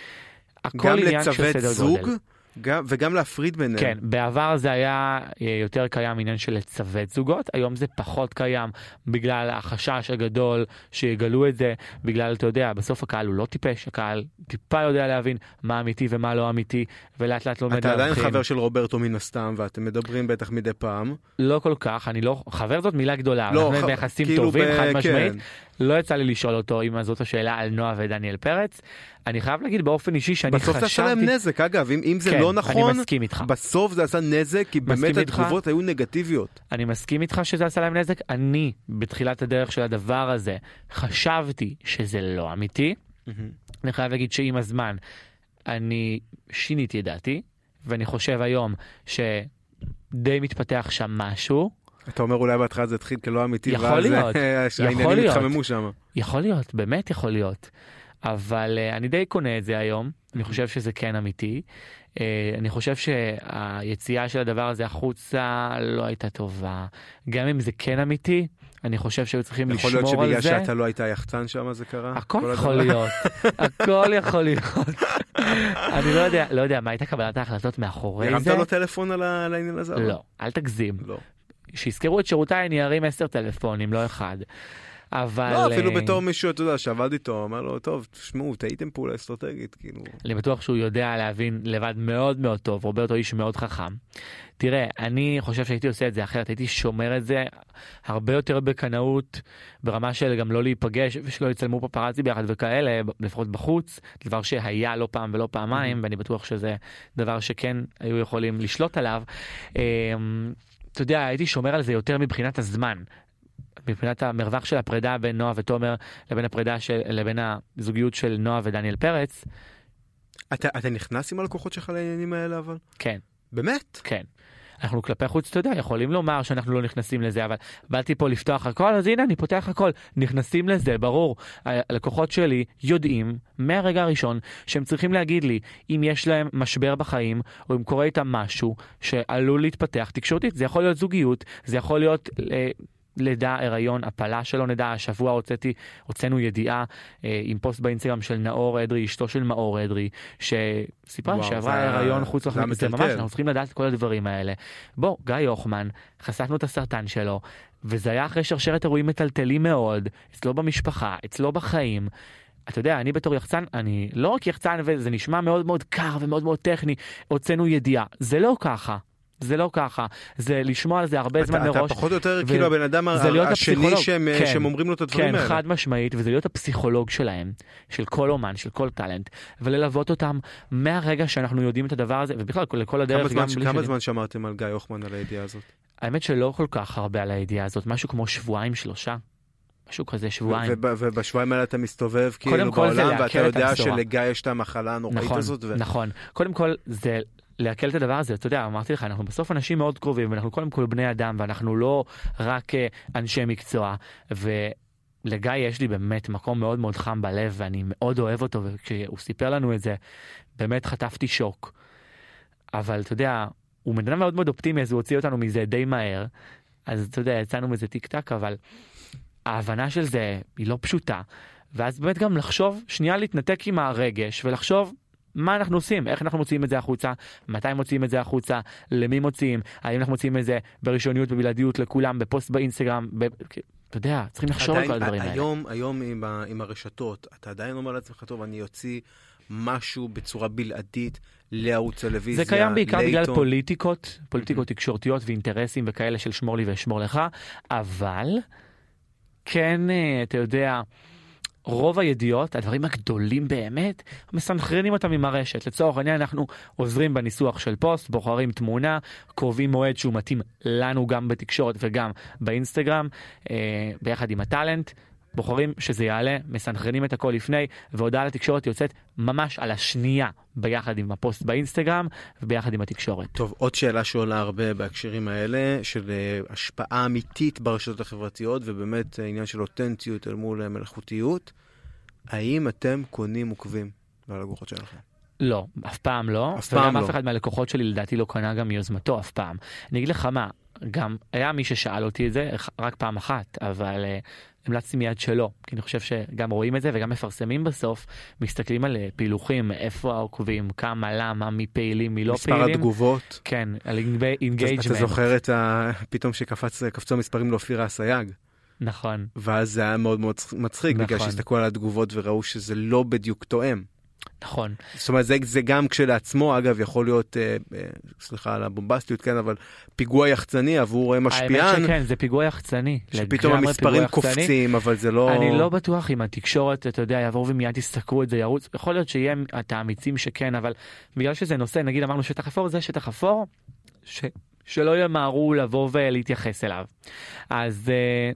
גם לצוות זוג וגם להפריד ביניהם. כן, בעבר זה היה יותר קיים עניין של לצוות זוגות, היום זה פחות קיים בגלל החשש הגדול שיגלו את זה, בגלל, אתה יודע, בסוף הקהל הוא לא טיפש, הקהל טיפה יודע להבין מה אמיתי ומה לא אמיתי, ולאט לאט לומד אתה עדיין חבר של רוברטו מן הסתם, ואתם מדברים בטח מדי פעם. לא כל כך, אני לא, חבר זאת מילה גדולה, אנחנו ביחסים טובים, חד משמעית. לא יצא לי לשאול אותו אם זאת השאלה על נועה ודניאל פרץ. אני חייב להגיד באופן אישי שאני חשבתי... בסוף זה עשה להם נזק, אגב, אם זה לא נכון, אני מסכים איתך. בסוף זה עשה נזק, כי באמת התגובות היו נגטיביות. אני מסכים איתך שזה עשה להם נזק. אני, בתחילת הדרך של הדבר הזה, חשבתי שזה לא אמיתי. אני חייב להגיד שעם הזמן, אני שיניתי את דעתי, ואני חושב היום שדי מתפתח שם משהו. אתה אומר אולי בהתחלה זה התחיל כלא אמיתי, יכול להיות, העניינים התחממו שם. יכול להיות, באמת יכול להיות. אבל אני די קונה את זה היום, אני חושב שזה כן אמיתי. אני חושב שהיציאה של הדבר הזה החוצה לא הייתה טובה. גם אם זה כן אמיתי, אני חושב שהיו צריכים לשמור על זה. יכול להיות שבגלל שאתה לא היית יחצן שם זה קרה? הכל יכול להיות. הכל יכול להיות. אני לא יודע מה הייתה קבלת ההחלטות מאחורי זה. הרמת לו טלפון על העניין הזה? לא, אל תגזים. לא. שיזכרו את שירותיי, אני ארים 10 טלפונים, לא אחד. אבל... לא, אפילו בתור מישהו, אתה יודע, שעבד איתו, אמר לו, טוב, תשמעו, תהייתם פעולה אסטרטגית, כאילו. אני בטוח שהוא יודע להבין לבד מאוד מאוד טוב, רוברטו איש מאוד חכם. תראה, אני חושב שהייתי עושה את זה אחרת, הייתי שומר את זה הרבה יותר בקנאות, ברמה של גם לא להיפגש, ושלא יצלמו פפראצי ביחד וכאלה, לפחות בחוץ, דבר שהיה לא פעם ולא פעמיים, ואני בטוח שזה דבר שכן היו יכולים לשלוט עליו. אתה יודע, הייתי שומר על זה יותר מבחינת הזמן. מבחינת המרווח של הפרידה בין נועה ותומר לבין הזוגיות של נועה ודניאל פרץ. אתה נכנס עם הלקוחות שלך לעניינים האלה אבל? כן. באמת? כן. אנחנו כלפי חוץ, אתה יודע, יכולים לומר שאנחנו לא נכנסים לזה, אבל באתי פה לפתוח הכל, אז הנה אני פותח הכל, נכנסים לזה, ברור. הלקוחות שלי יודעים מהרגע הראשון שהם צריכים להגיד לי אם יש להם משבר בחיים, או אם קורה איתם משהו שעלול להתפתח תקשורתית. זה יכול להיות זוגיות, זה יכול להיות... לידה, הריון, הפלה שלא נדע. השבוע הוצאנו ידיעה עם פוסט באינסטגרם של נאור אדרי, אשתו של מאור אדרי, שסיפרה שעברה הריון חוץ לחיים. זה ממש, אנחנו צריכים לדעת את כל הדברים האלה. בוא, גיא יוחמן, חשפנו את הסרטן שלו, וזה היה אחרי שרשרת אירועים מטלטלים מאוד, אצלו במשפחה, אצלו בחיים. אתה יודע, אני בתור יחצן, אני לא רק יחצן, וזה נשמע מאוד מאוד קר ומאוד מאוד טכני, הוצאנו ידיעה. זה לא ככה. זה לא ככה, זה לשמוע על זה הרבה זמן מראש. אתה פחות או יותר כאילו הבן אדם השני שהם אומרים לו את הדברים האלה. כן, חד משמעית, וזה להיות הפסיכולוג שלהם, של כל אומן, של כל טלנט, וללוות אותם מהרגע שאנחנו יודעים את הדבר הזה, ובכלל לכל הדרך. כמה זמן שמרתם על גיא יוחמן על הידיעה הזאת? האמת שלא כל כך הרבה על הידיעה הזאת, משהו כמו 2-3. משהו כזה, שבועיים. ובשבועיים האלה אתה מסתובב כאילו בעולם, ואתה יודע שלגיא יש את המחלה הנוראית הזאת. נכון. קודם כל זה להקל את הדבר הזה, אתה יודע, אמרתי לך, אנחנו בסוף אנשים מאוד קרובים, ואנחנו קודם כל בני אדם, ואנחנו לא רק אנשי מקצוע, ולגיא יש לי באמת מקום מאוד מאוד חם בלב, ואני מאוד אוהב אותו, וכשהוא סיפר לנו את זה, באמת חטפתי שוק. אבל אתה יודע, הוא בן אדם מאוד מאוד אופטימי, אז הוא הוציא אותנו מזה די מהר, אז אתה יודע, יצאנו מזה טיק טק, אבל ההבנה של זה היא לא פשוטה, ואז באמת גם לחשוב, שנייה להתנתק עם הרגש, ולחשוב, מה אנחנו עושים? איך אנחנו מוציאים את זה החוצה? מתי מוציאים את זה החוצה? למי מוציאים? האם אנחנו מוציאים את זה בראשוניות, בבלעדיות לכולם, בפוסט באינסטגרם? אתה יודע, צריכים לחשוב על כל הדברים האלה. היום עם הרשתות, אתה עדיין אומר לעצמך, טוב, אני אוציא משהו בצורה בלעדית לערוץ טלוויזיה. זה קיים בעיקר בגלל פוליטיקות תקשורתיות ואינטרסים וכאלה של שמור לי ושמור לך, אבל כן, אתה יודע, רוב הידיעות, הדברים הגדולים באמת, מסנכרנים אותם עם הרשת. לצורך העניין, אנחנו עוזרים בניסוח של פוסט, בוחרים תמונה, קובעים מועד שהוא מתאים לנו גם בתקשורת וגם באינסטגרם, ביחד עם הטלנט, בוחרים שזה יעלה, מסנכרנים את הכל לפני, והודעה לתקשורת יוצאת ממש על השנייה, ביחד עם הפוסט באינסטגרם וביחד עם התקשורת. טוב, עוד שאלה שעולה הרבה בהקשרים האלה, של השפעה אמיתית ברשתות החברתיות, ובאמת עניין של אותנטיות אל מול מלאכותיות. האם אתם קונים עוקבים על הלקוחות שלכם? לא, אף פעם לא. אף פעם לא. וגם אף אחד מהלקוחות שלי לדעתי לא קנה גם מיוזמתו אף פעם. אני אגיד לך מה, גם היה מי ששאל אותי את זה רק פעם אחת, אבל המלצתי מיד שלא, כי אני חושב שגם רואים את זה וגם מפרסמים בסוף, מסתכלים על פילוחים, איפה העוקבים, כמה, למה, מי פעילים, מי לא פעילים. מספר התגובות. כן, על אינגייג'מנט. אתה זוכר את פתאום שקפצו המספרים לאופירה אסייג? נכון. ואז זה היה מאוד מאוד מצחיק, בגלל שהסתכלו על התגובות וראו שזה לא בדיוק תואם. נכון. זאת אומרת, זה גם כשלעצמו, אגב, יכול להיות, סליחה על הבומבסטיות, כן, אבל פיגוע יחצני עבור משפיען. האמת שכן, זה פיגוע יחצני. שפתאום המספרים קופצים, אבל זה לא... אני לא בטוח אם התקשורת, אתה יודע, יעבור ומיד תסתכלו את זה, ירוץ. יכול להיות שיהיה את האמיצים שכן, אבל בגלל שזה נושא, נגיד אמרנו שטח אפור, זה שטח אפור, שלא ימהרו לבוא ולהתייחס אליו. אז...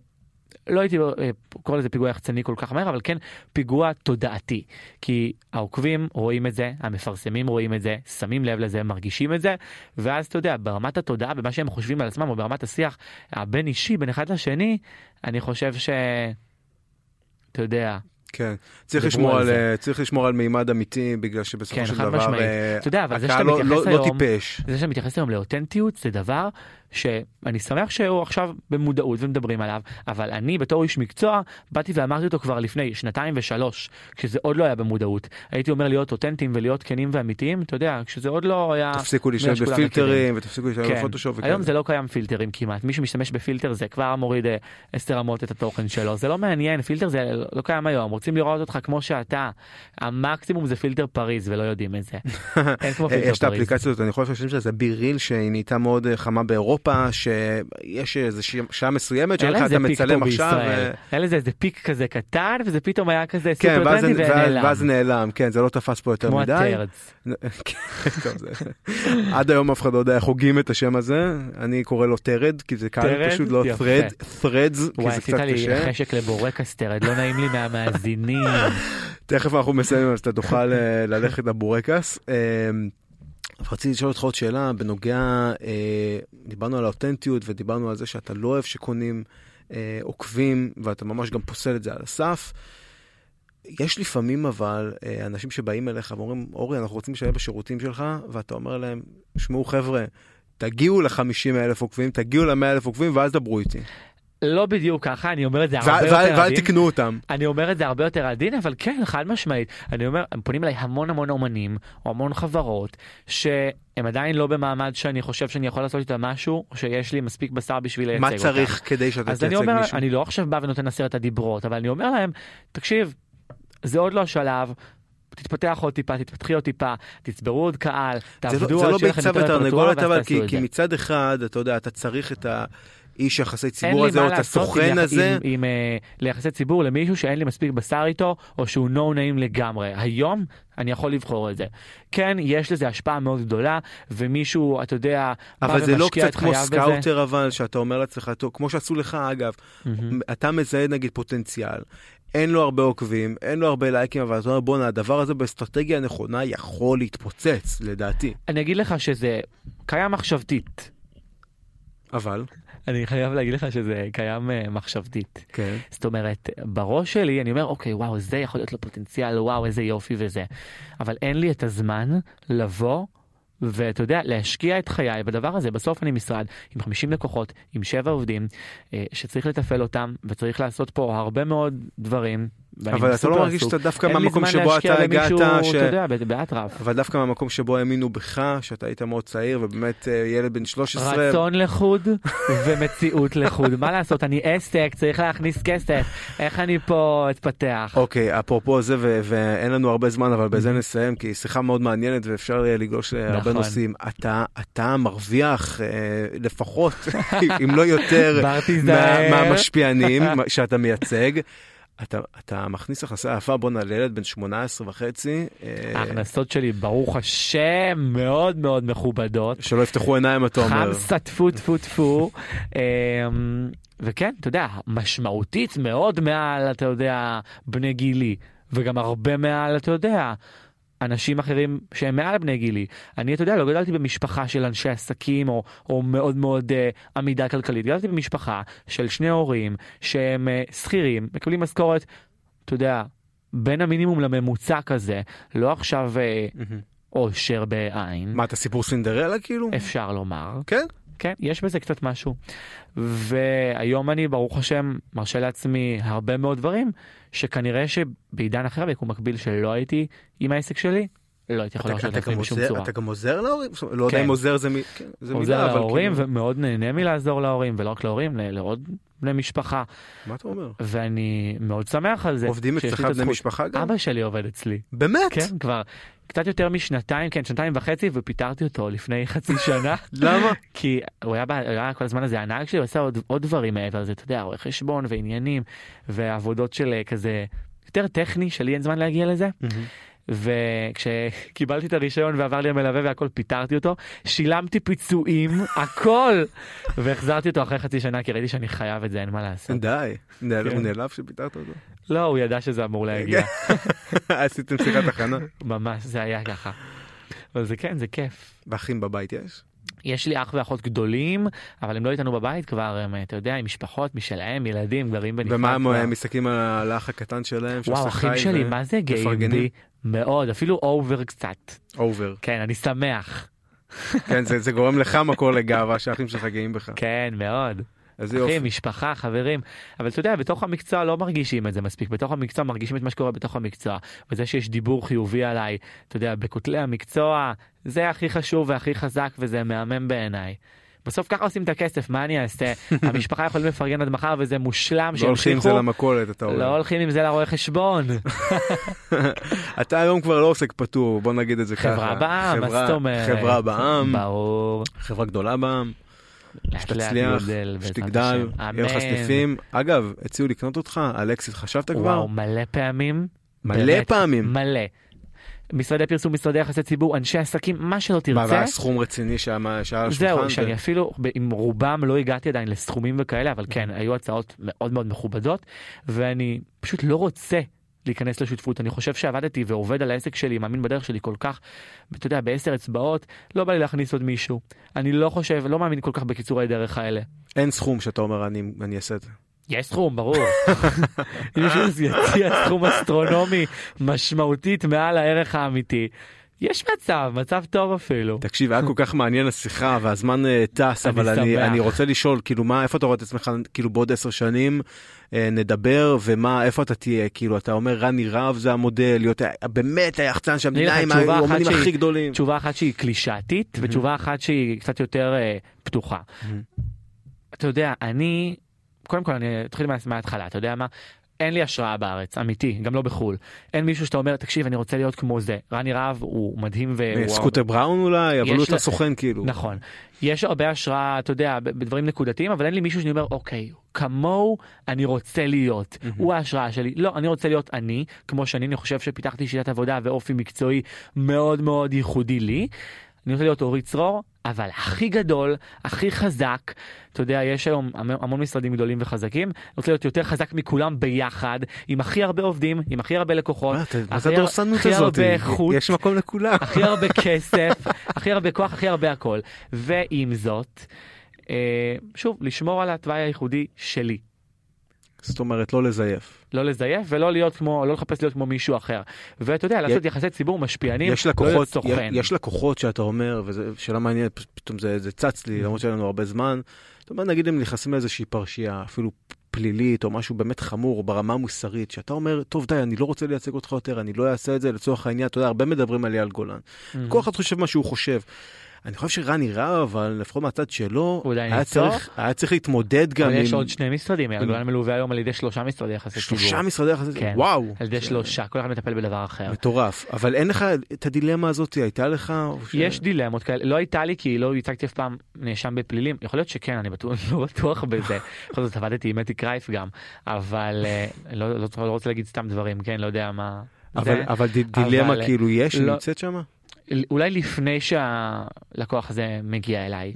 לא הייתי קורא לזה פיגוע יחצני כל כך מהר, אבל כן פיגוע תודעתי. כי העוקבים רואים את זה, המפרסמים רואים את זה, שמים לב לזה, מרגישים את זה, ואז אתה יודע, ברמת התודעה, במה שהם חושבים על עצמם, או ברמת השיח הבין אישי, בין אחד לשני, אני חושב ש... אתה יודע... כן, צריך לשמור על מימד אמיתי, בגלל שבסופו של דבר, הקהל לא טיפש. זה שמתייחס היום לאותנטיות, זה דבר שאני שמח שהוא עכשיו במודעות ומדברים עליו, אבל אני בתור איש מקצוע, באתי ואמרתי אותו כבר לפני 2 ו3, כשזה עוד לא היה במודעות. הייתי אומר להיות אותנטיים ולהיות כנים ואמיתיים, אתה יודע, כשזה עוד לא היה... תפסיקו להשתמש בפילטרים, ותפסיקו להשתמש בפוטושופ וכאלה. היום זה לא קיים פילטרים כמעט. מי שמשתמש בפילטר זה כבר מוריד 10 רמות את התוכן שלו. זה לא מעניין, פילטר זה לא קיים היום. רוצים לראות אותך כמו שאתה. המקסימום זה פילטר פריז, ולא יודעים את זה. אין כמו פילטר יש את האפליקציה הזאת, אני יכול לחשוב שזה ביריל שהיא נהייתה מאוד חמה באירופה, שיש איזו שעה מסוימת, שאתה מצלם עכשיו. היה לזה איזה פיק כזה קטן, וזה פתאום היה כזה כן, סופר טרנדי ונעלם. ואז נעלם, כן, זה לא תפס פה יותר מדי. כמו הטרדס. עד היום אף אחד לא יודע איך הוגים את השם הזה, אני קורא לו טרד, כי זה קל פשוט לא threads, כי זה קצת קשה. עשית לי חשק לבורקס טרד, לא נעים לי מהמאזינים. תכף אנחנו מסיימים, אז אתה תוכל ללכת לבורקס. רציתי לשאול אותך עוד שאלה בנוגע, דיברנו על האותנטיות ודיברנו על זה שאתה לא אוהב שקונים עוקבים, ואתה ממש גם פוסל את זה על הסף. יש לפעמים אבל אנשים שבאים אליך ואומרים, אורי, אנחנו רוצים שיהיה בשירותים שלך, ואתה אומר להם, שמעו חבר'ה, תגיעו ל50,000 עוקבים, תגיעו ל100,000 עוקבים, ואז דברו איתי. לא בדיוק ככה, אני אומר את זה הרבה יותר עדין. ואל תקנו אותם. אני אומר את זה הרבה יותר עדין, אבל כן, חד משמעית. אני אומר, הם פונים אליי המון אומנים, או המון חברות, שהם עדיין לא במעמד שאני חושב שאני יכול לעשות איתם משהו, או שיש לי מספיק בשר בשביל לייצג אותם. מה צריך כדי שאתה תייצג מישהו? אז אני לא עכשיו בא ונותן 10 הדיברות, אבל אני אומר להם, תקשיב, זה עוד לא השלב, תתפתח עוד טיפה, תתפתחי עוד טיפה, תצברו עוד קהל, תעבדו על שיהיה לכם יותר רפרטואר, ואז תעשו את זה. כי מצד אחד, אתה יודע, אתה צריך את איש יחסי ציבור הזה, או את הסוכן הזה. עם ליחסי ציבור למישהו שאין לי מספיק בשר איתו, או שהוא no name לגמרי. היום אני יכול לבחור את זה. כן, יש לזה השפעה מאוד גדולה, ומישהו, אתה יודע, אבל זה לא קצת כמו סקאוטר, אבל שאתה אומר לעצמך, כמו שעשו לך, אגב, אתה מזהה נגיד פוטנציאל, אין לו הרבה עוקבים, אין לו הרבה לייקים, אבל אתה אומר, בונה, הדבר הזה באסטרטגיה הנכונה יכול להתפוצץ, לדעתי. אני אגיד לך שזה קיים מחשבתית. אבל? אני חייב להגיד לך שזה קיים מחשבתית. כן. זאת אומרת, בראש שלי אני אומר, אוקיי, וואו, זה יכול להיות לו פוטנציאל, וואו, איזה יופי וזה. אבל אין לי את הזמן לבוא ואתה יודע, להשקיע את חיי בדבר הזה. בסוף אני משרד עם 50 לקוחות, עם 7 עובדים, שצריך לתפעל אותם, וצריך לעשות פה הרבה מאוד דברים. אבל אתה לא מרגיש שאתה דווקא מהמקום שבו אתה הגעת, אבל דווקא מהמקום שבו האמינו בך, שאתה היית מאוד צעיר, ובאמת ילד בן 13. רצון לחוד ומציאות לחוד. מה לעשות? אני עסק, צריך להכניס כסף. איך אני פה אתפתח? אוקיי, אפרופו זה, ואין לנו הרבה זמן, אבל בזה נסיים, כי שיחה מאוד מעניינת, ואפשר לגלוש הרבה נושאים. אתה מרוויח לפחות, אם לא יותר, מהמשפיענים שאתה מייצג. אתה מכניס הכנסה יפה, בוא נללת בין 18.5. ההכנסות שלי, ברוך השם, מאוד מאוד מכובדות. שלא יפתחו עיניים, אתה אומר. חמסה, טפו, טפו, טפו. וכן, אתה יודע, משמעותית מאוד מעל, אתה יודע, בני גילי. וגם הרבה מעל, אתה יודע, אנשים אחרים שהם מעל בני גילי. אני, אתה יודע, לא גדלתי במשפחה של אנשי עסקים או מאוד מאוד עמידה כלכלית. גדלתי במשפחה של 2 הורים שהם שכירים, מקבלים משכורת, אתה יודע, בין המינימום לממוצע כזה, לא עכשיו אושר בעין. מה, אתה סיפור סינדרלה כאילו? אפשר לומר. כן? כן, יש בזה קצת משהו. והיום אני, ברוך השם, מרשה לעצמי הרבה מאוד דברים, שכנראה שבעידן אחר, ביקום מקביל שלא הייתי עם העסק שלי, לא הייתי יכול להרשות לעצמי בשום צורה. אתה גם עוזר להורים? לא יודע אם עוזר זה מילה, אבל... עוזר להורים, ומאוד נהנה מלעזור להורים, ולא רק להורים, לעוד בני משפחה. מה אתה אומר? ואני מאוד שמח על זה. עובדים אצלך בני משפחה גם? אבא שלי עובד אצלי. באמת? כן, כבר קצת יותר משנתיים, כן, 2.5, ופיטרתי אותו לפני חצי שנה. למה? כי הוא היה כל הזמן הזה, הנהג שלי עושה עוד דברים מעבר לזה, אתה יודע, רואה חשבון ועניינים, ועבודות של כזה יותר טכני, שלי אין זמן להגיע לזה. וכשקיבלתי את הרישיון ועבר לי המלווה והכל, פיטרתי אותו, שילמתי פיצויים, הכל, והחזרתי אותו אחרי חצי שנה, כי ראיתי שאני חייב את זה, אין מה לעשות. די, הוא נעלב שפיטרת אותו? לא, הוא ידע שזה אמור להגיע. עשיתם שיחת הכנה? ממש, זה היה ככה. אבל זה כן, זה כיף. ואחים בבית יש? יש לי אח ואחות גדולים, אבל הם לא איתנו בבית כבר, הם, אתה יודע, עם משפחות משלהם, ילדים, גרים בנפרד. ומה הם מסתכלים על האח הקטן שלהם? וואו, אחים שלי, מה זה גאים בי? מאוד, אפילו אובר קצת. אובר. כן, אני שמח. כן, זה גורם לך מקור לגאווה שהאחים שלך גאים בך. כן, מאוד. אחים, משפחה, חברים. אבל אתה יודע, בתוך המקצוע לא מרגישים את זה מספיק. בתוך המקצוע מרגישים את מה שקורה בתוך המקצוע. וזה שיש דיבור חיובי עליי, אתה יודע, בכותלי המקצוע, זה הכי חשוב והכי חזק, וזה מהמם בעיניי. בסוף ככה עושים את הכסף, מה אני אעשה? המשפחה יכולים לפרגן עד מחר וזה מושלם. לא הולכים עם זה למכולת, אתה אומר. לא הולכים עם זה לרואה חשבון. אתה היום כבר לא עוסק פטור, בוא נגיד את זה ככה. חברה בעם, מה זאת אומרת? חברה בעם. ברור. חברה גדולה בעם. שתצליח, שתגדל, יהיה לך סניפים. אגב, הציעו לקנות אותך, אלכסיס, חשבת כבר? וואו, מלא פעמים. מלא פעמים? מלא. משרדי פרסום, משרדי יחסי ציבור, אנשי עסקים, מה שלא תרצה. מה, סכום רציני שהיה על השולחן? זהו, שאני אפילו עם רובם לא הגעתי עדיין לסכומים וכאלה, אבל כן, היו הצעות מאוד מאוד מכובדות, ואני פשוט לא רוצה להיכנס לשותפות. אני חושב שעבדתי ועובד על העסק שלי, מאמין בדרך שלי כל כך, אתה יודע, ב10 אצבעות, לא בא לי להכניס עוד מישהו. אני לא חושב, לא מאמין כל כך בקיצורי דרך האלה. אין סכום שאתה אומר, אני אעשה את זה. יש סכום, ברור. מישהו יציע סכום אסטרונומי משמעותית מעל הערך האמיתי. יש מצב טוב אפילו. תקשיב, היה כל כך מעניין השיחה, והזמן טס, אבל אני רוצה לשאול, כאילו, איפה אתה רואה את עצמך, כאילו, בעוד 10 שנים נדבר, ומה, איפה אתה תהיה, כאילו, אתה אומר, רני רהב זה המודל, להיות באמת היחצן שהמדינה עם האומנים הכי גדולים. תשובה אחת שהיא קלישאתית, ותשובה אחת שהיא קצת יותר פתוחה. אתה יודע, קודם כל, אני אתחיל מההתחלה, אתה יודע מה? אין לי השראה בארץ, אמיתי, גם לא בחול. אין מישהו שאתה אומר, תקשיב, אני רוצה להיות כמו זה. רני רהב הוא מדהים סקוטר בראון אולי, אבל הוא יותר סוכן כאילו. נכון. יש הרבה השראה, אתה יודע, בדברים נקודתיים, אבל אין לי מישהו שאני אומר, אוקיי, כמוהו אני רוצה להיות. הוא ההשראה שלי. לא, אני רוצה להיות אני, כמו שאני חושב שפיתחתי שיטת עבודה ואופי מקצועי מאוד מאוד ייחודי לי. אני רוצה להיות אורית צרור, אבל הכי גדול, הכי חזק, אתה יודע, יש היום המון משרדים גדולים וחזקים, אני רוצה להיות יותר חזק מכולם ביחד, עם הכי הרבה עובדים, עם הכי הרבה לקוחות, הכי הרבה איכות, יש מקום לכולם. הכי הרבה כסף, הכי הרבה כוח, הכי הרבה הכל. ועם זאת, שוב, לשמור על התוואי הייחודי שלי. זאת אומרת, לא לזייף. לא לזייף ולא להיות כמו, לא לחפש להיות כמו מישהו אחר. ואתה יודע, לעשות יחסי ציבור משפיענים, לא להיות סוכן. יש לקוחות שאתה אומר, וזו שאלה מעניינת, פתאום זה צץ לי, למרות שלנו הרבה זמן. זאת אומרת, נגיד הם נכנסים לאיזושהי פרשייה, אפילו פלילית, או משהו באמת חמור, או ברמה מוסרית, שאתה אומר, טוב די, אני לא רוצה לייצג אותך יותר, אני לא אעשה את זה לצורך העניין, אתה יודע, הרבה מדברים על אייל גולן. כל אחד חושב מה שהוא חושב. אני חושב שרני רהב, אבל לפחות מהצד שלו, היה צריך להתמודד גם עם... אבל יש עוד 2 משרדים, אייל גולן מלווה היום על ידי 3 משרדי יחסי ציבור. 3 משרדי יחסי ציבור? וואו. על ידי 3, כל אחד מטפל בדבר אחר. מטורף. אבל אין לך את הדילמה הזאת, הייתה לך? יש דילמות כאלה, לא הייתה לי כי לא ייצגתי אף פעם נאשם בפלילים, יכול להיות שכן, אני לא בטוח בזה. בכל זאת עבדתי עם אתי קרייף גם, אבל לא רוצה להגיד סתם דברים, כן, לא יודע מה... אבל דילמה כאילו יש, נמצאת שמה? אולי לפני שהלקוח הזה מגיע אליי.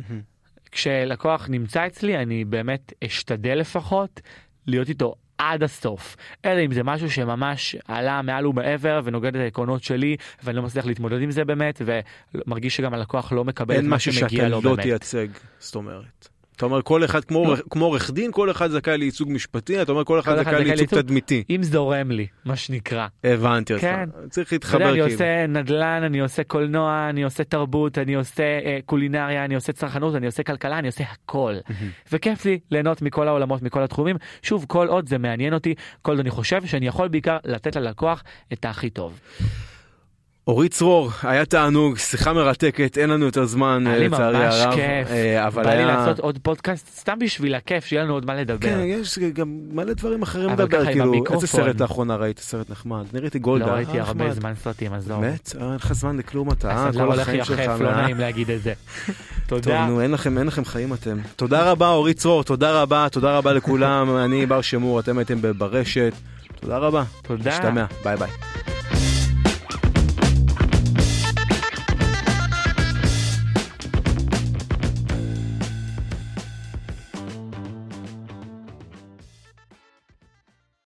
כשלקוח נמצא אצלי, אני באמת אשתדל לפחות להיות איתו עד הסוף. אלא אם זה משהו שממש עלה מעל ומעבר ונוגד את העקרונות שלי, ואני לא מצליח להתמודד עם זה באמת, ומרגיש שגם הלקוח לא מקבל את מה שמגיע לו באמת. אין משהו שאתה לא תייצג, זאת אומרת. אתה אומר, כל אחד, כמו עורך דין, כל אחד זכאי לייצוג משפטי, אתה אומר, כל אחד זכאי לייצוג תדמיתי. אם זורם לי, מה שנקרא. הבנתי אותך. צריך להתחבר כאילו. אני עושה נדל"ן, אני עושה קולנוע, אני עושה תרבות, אני עושה קולינריה, אני עושה צרכנות, אני עושה כלכלה, אני עושה הכל. וכיף לי ליהנות מכל העולמות, מכל התחומים. שוב, כל עוד זה מעניין אותי, כל עוד אני חושב שאני יכול בעיקר לתת ללקוח את הכי טוב. אורית צרור, היה תענוג, שיחה מרתקת, אין לנו יותר זמן, לצערי הרב. היה לי ממש כיף, בא לי לעשות עוד פודקאסט, סתם בשביל הכיף, שיהיה לנו עוד מה לדבר. כן, יש גם מלא דברים אחרים לדבר, כאילו, איזה סרט לאחרונה ראית, סרט נחמד, נראיתי גולדה. לא ראיתי הרבה זמן סרטים, אז לא. באמת? אין לך זמן לכלום אתה, כל החיים שלך. לא נעים להגיד את זה. תודה. טוב, נו, אין לכם חיים אתם. תודה רבה, אורית צרור, תודה רבה לכולם, אני בר שמור, אתם הייתם ברשת. תודה רבה. תודה. נשתמע, ביי ביי.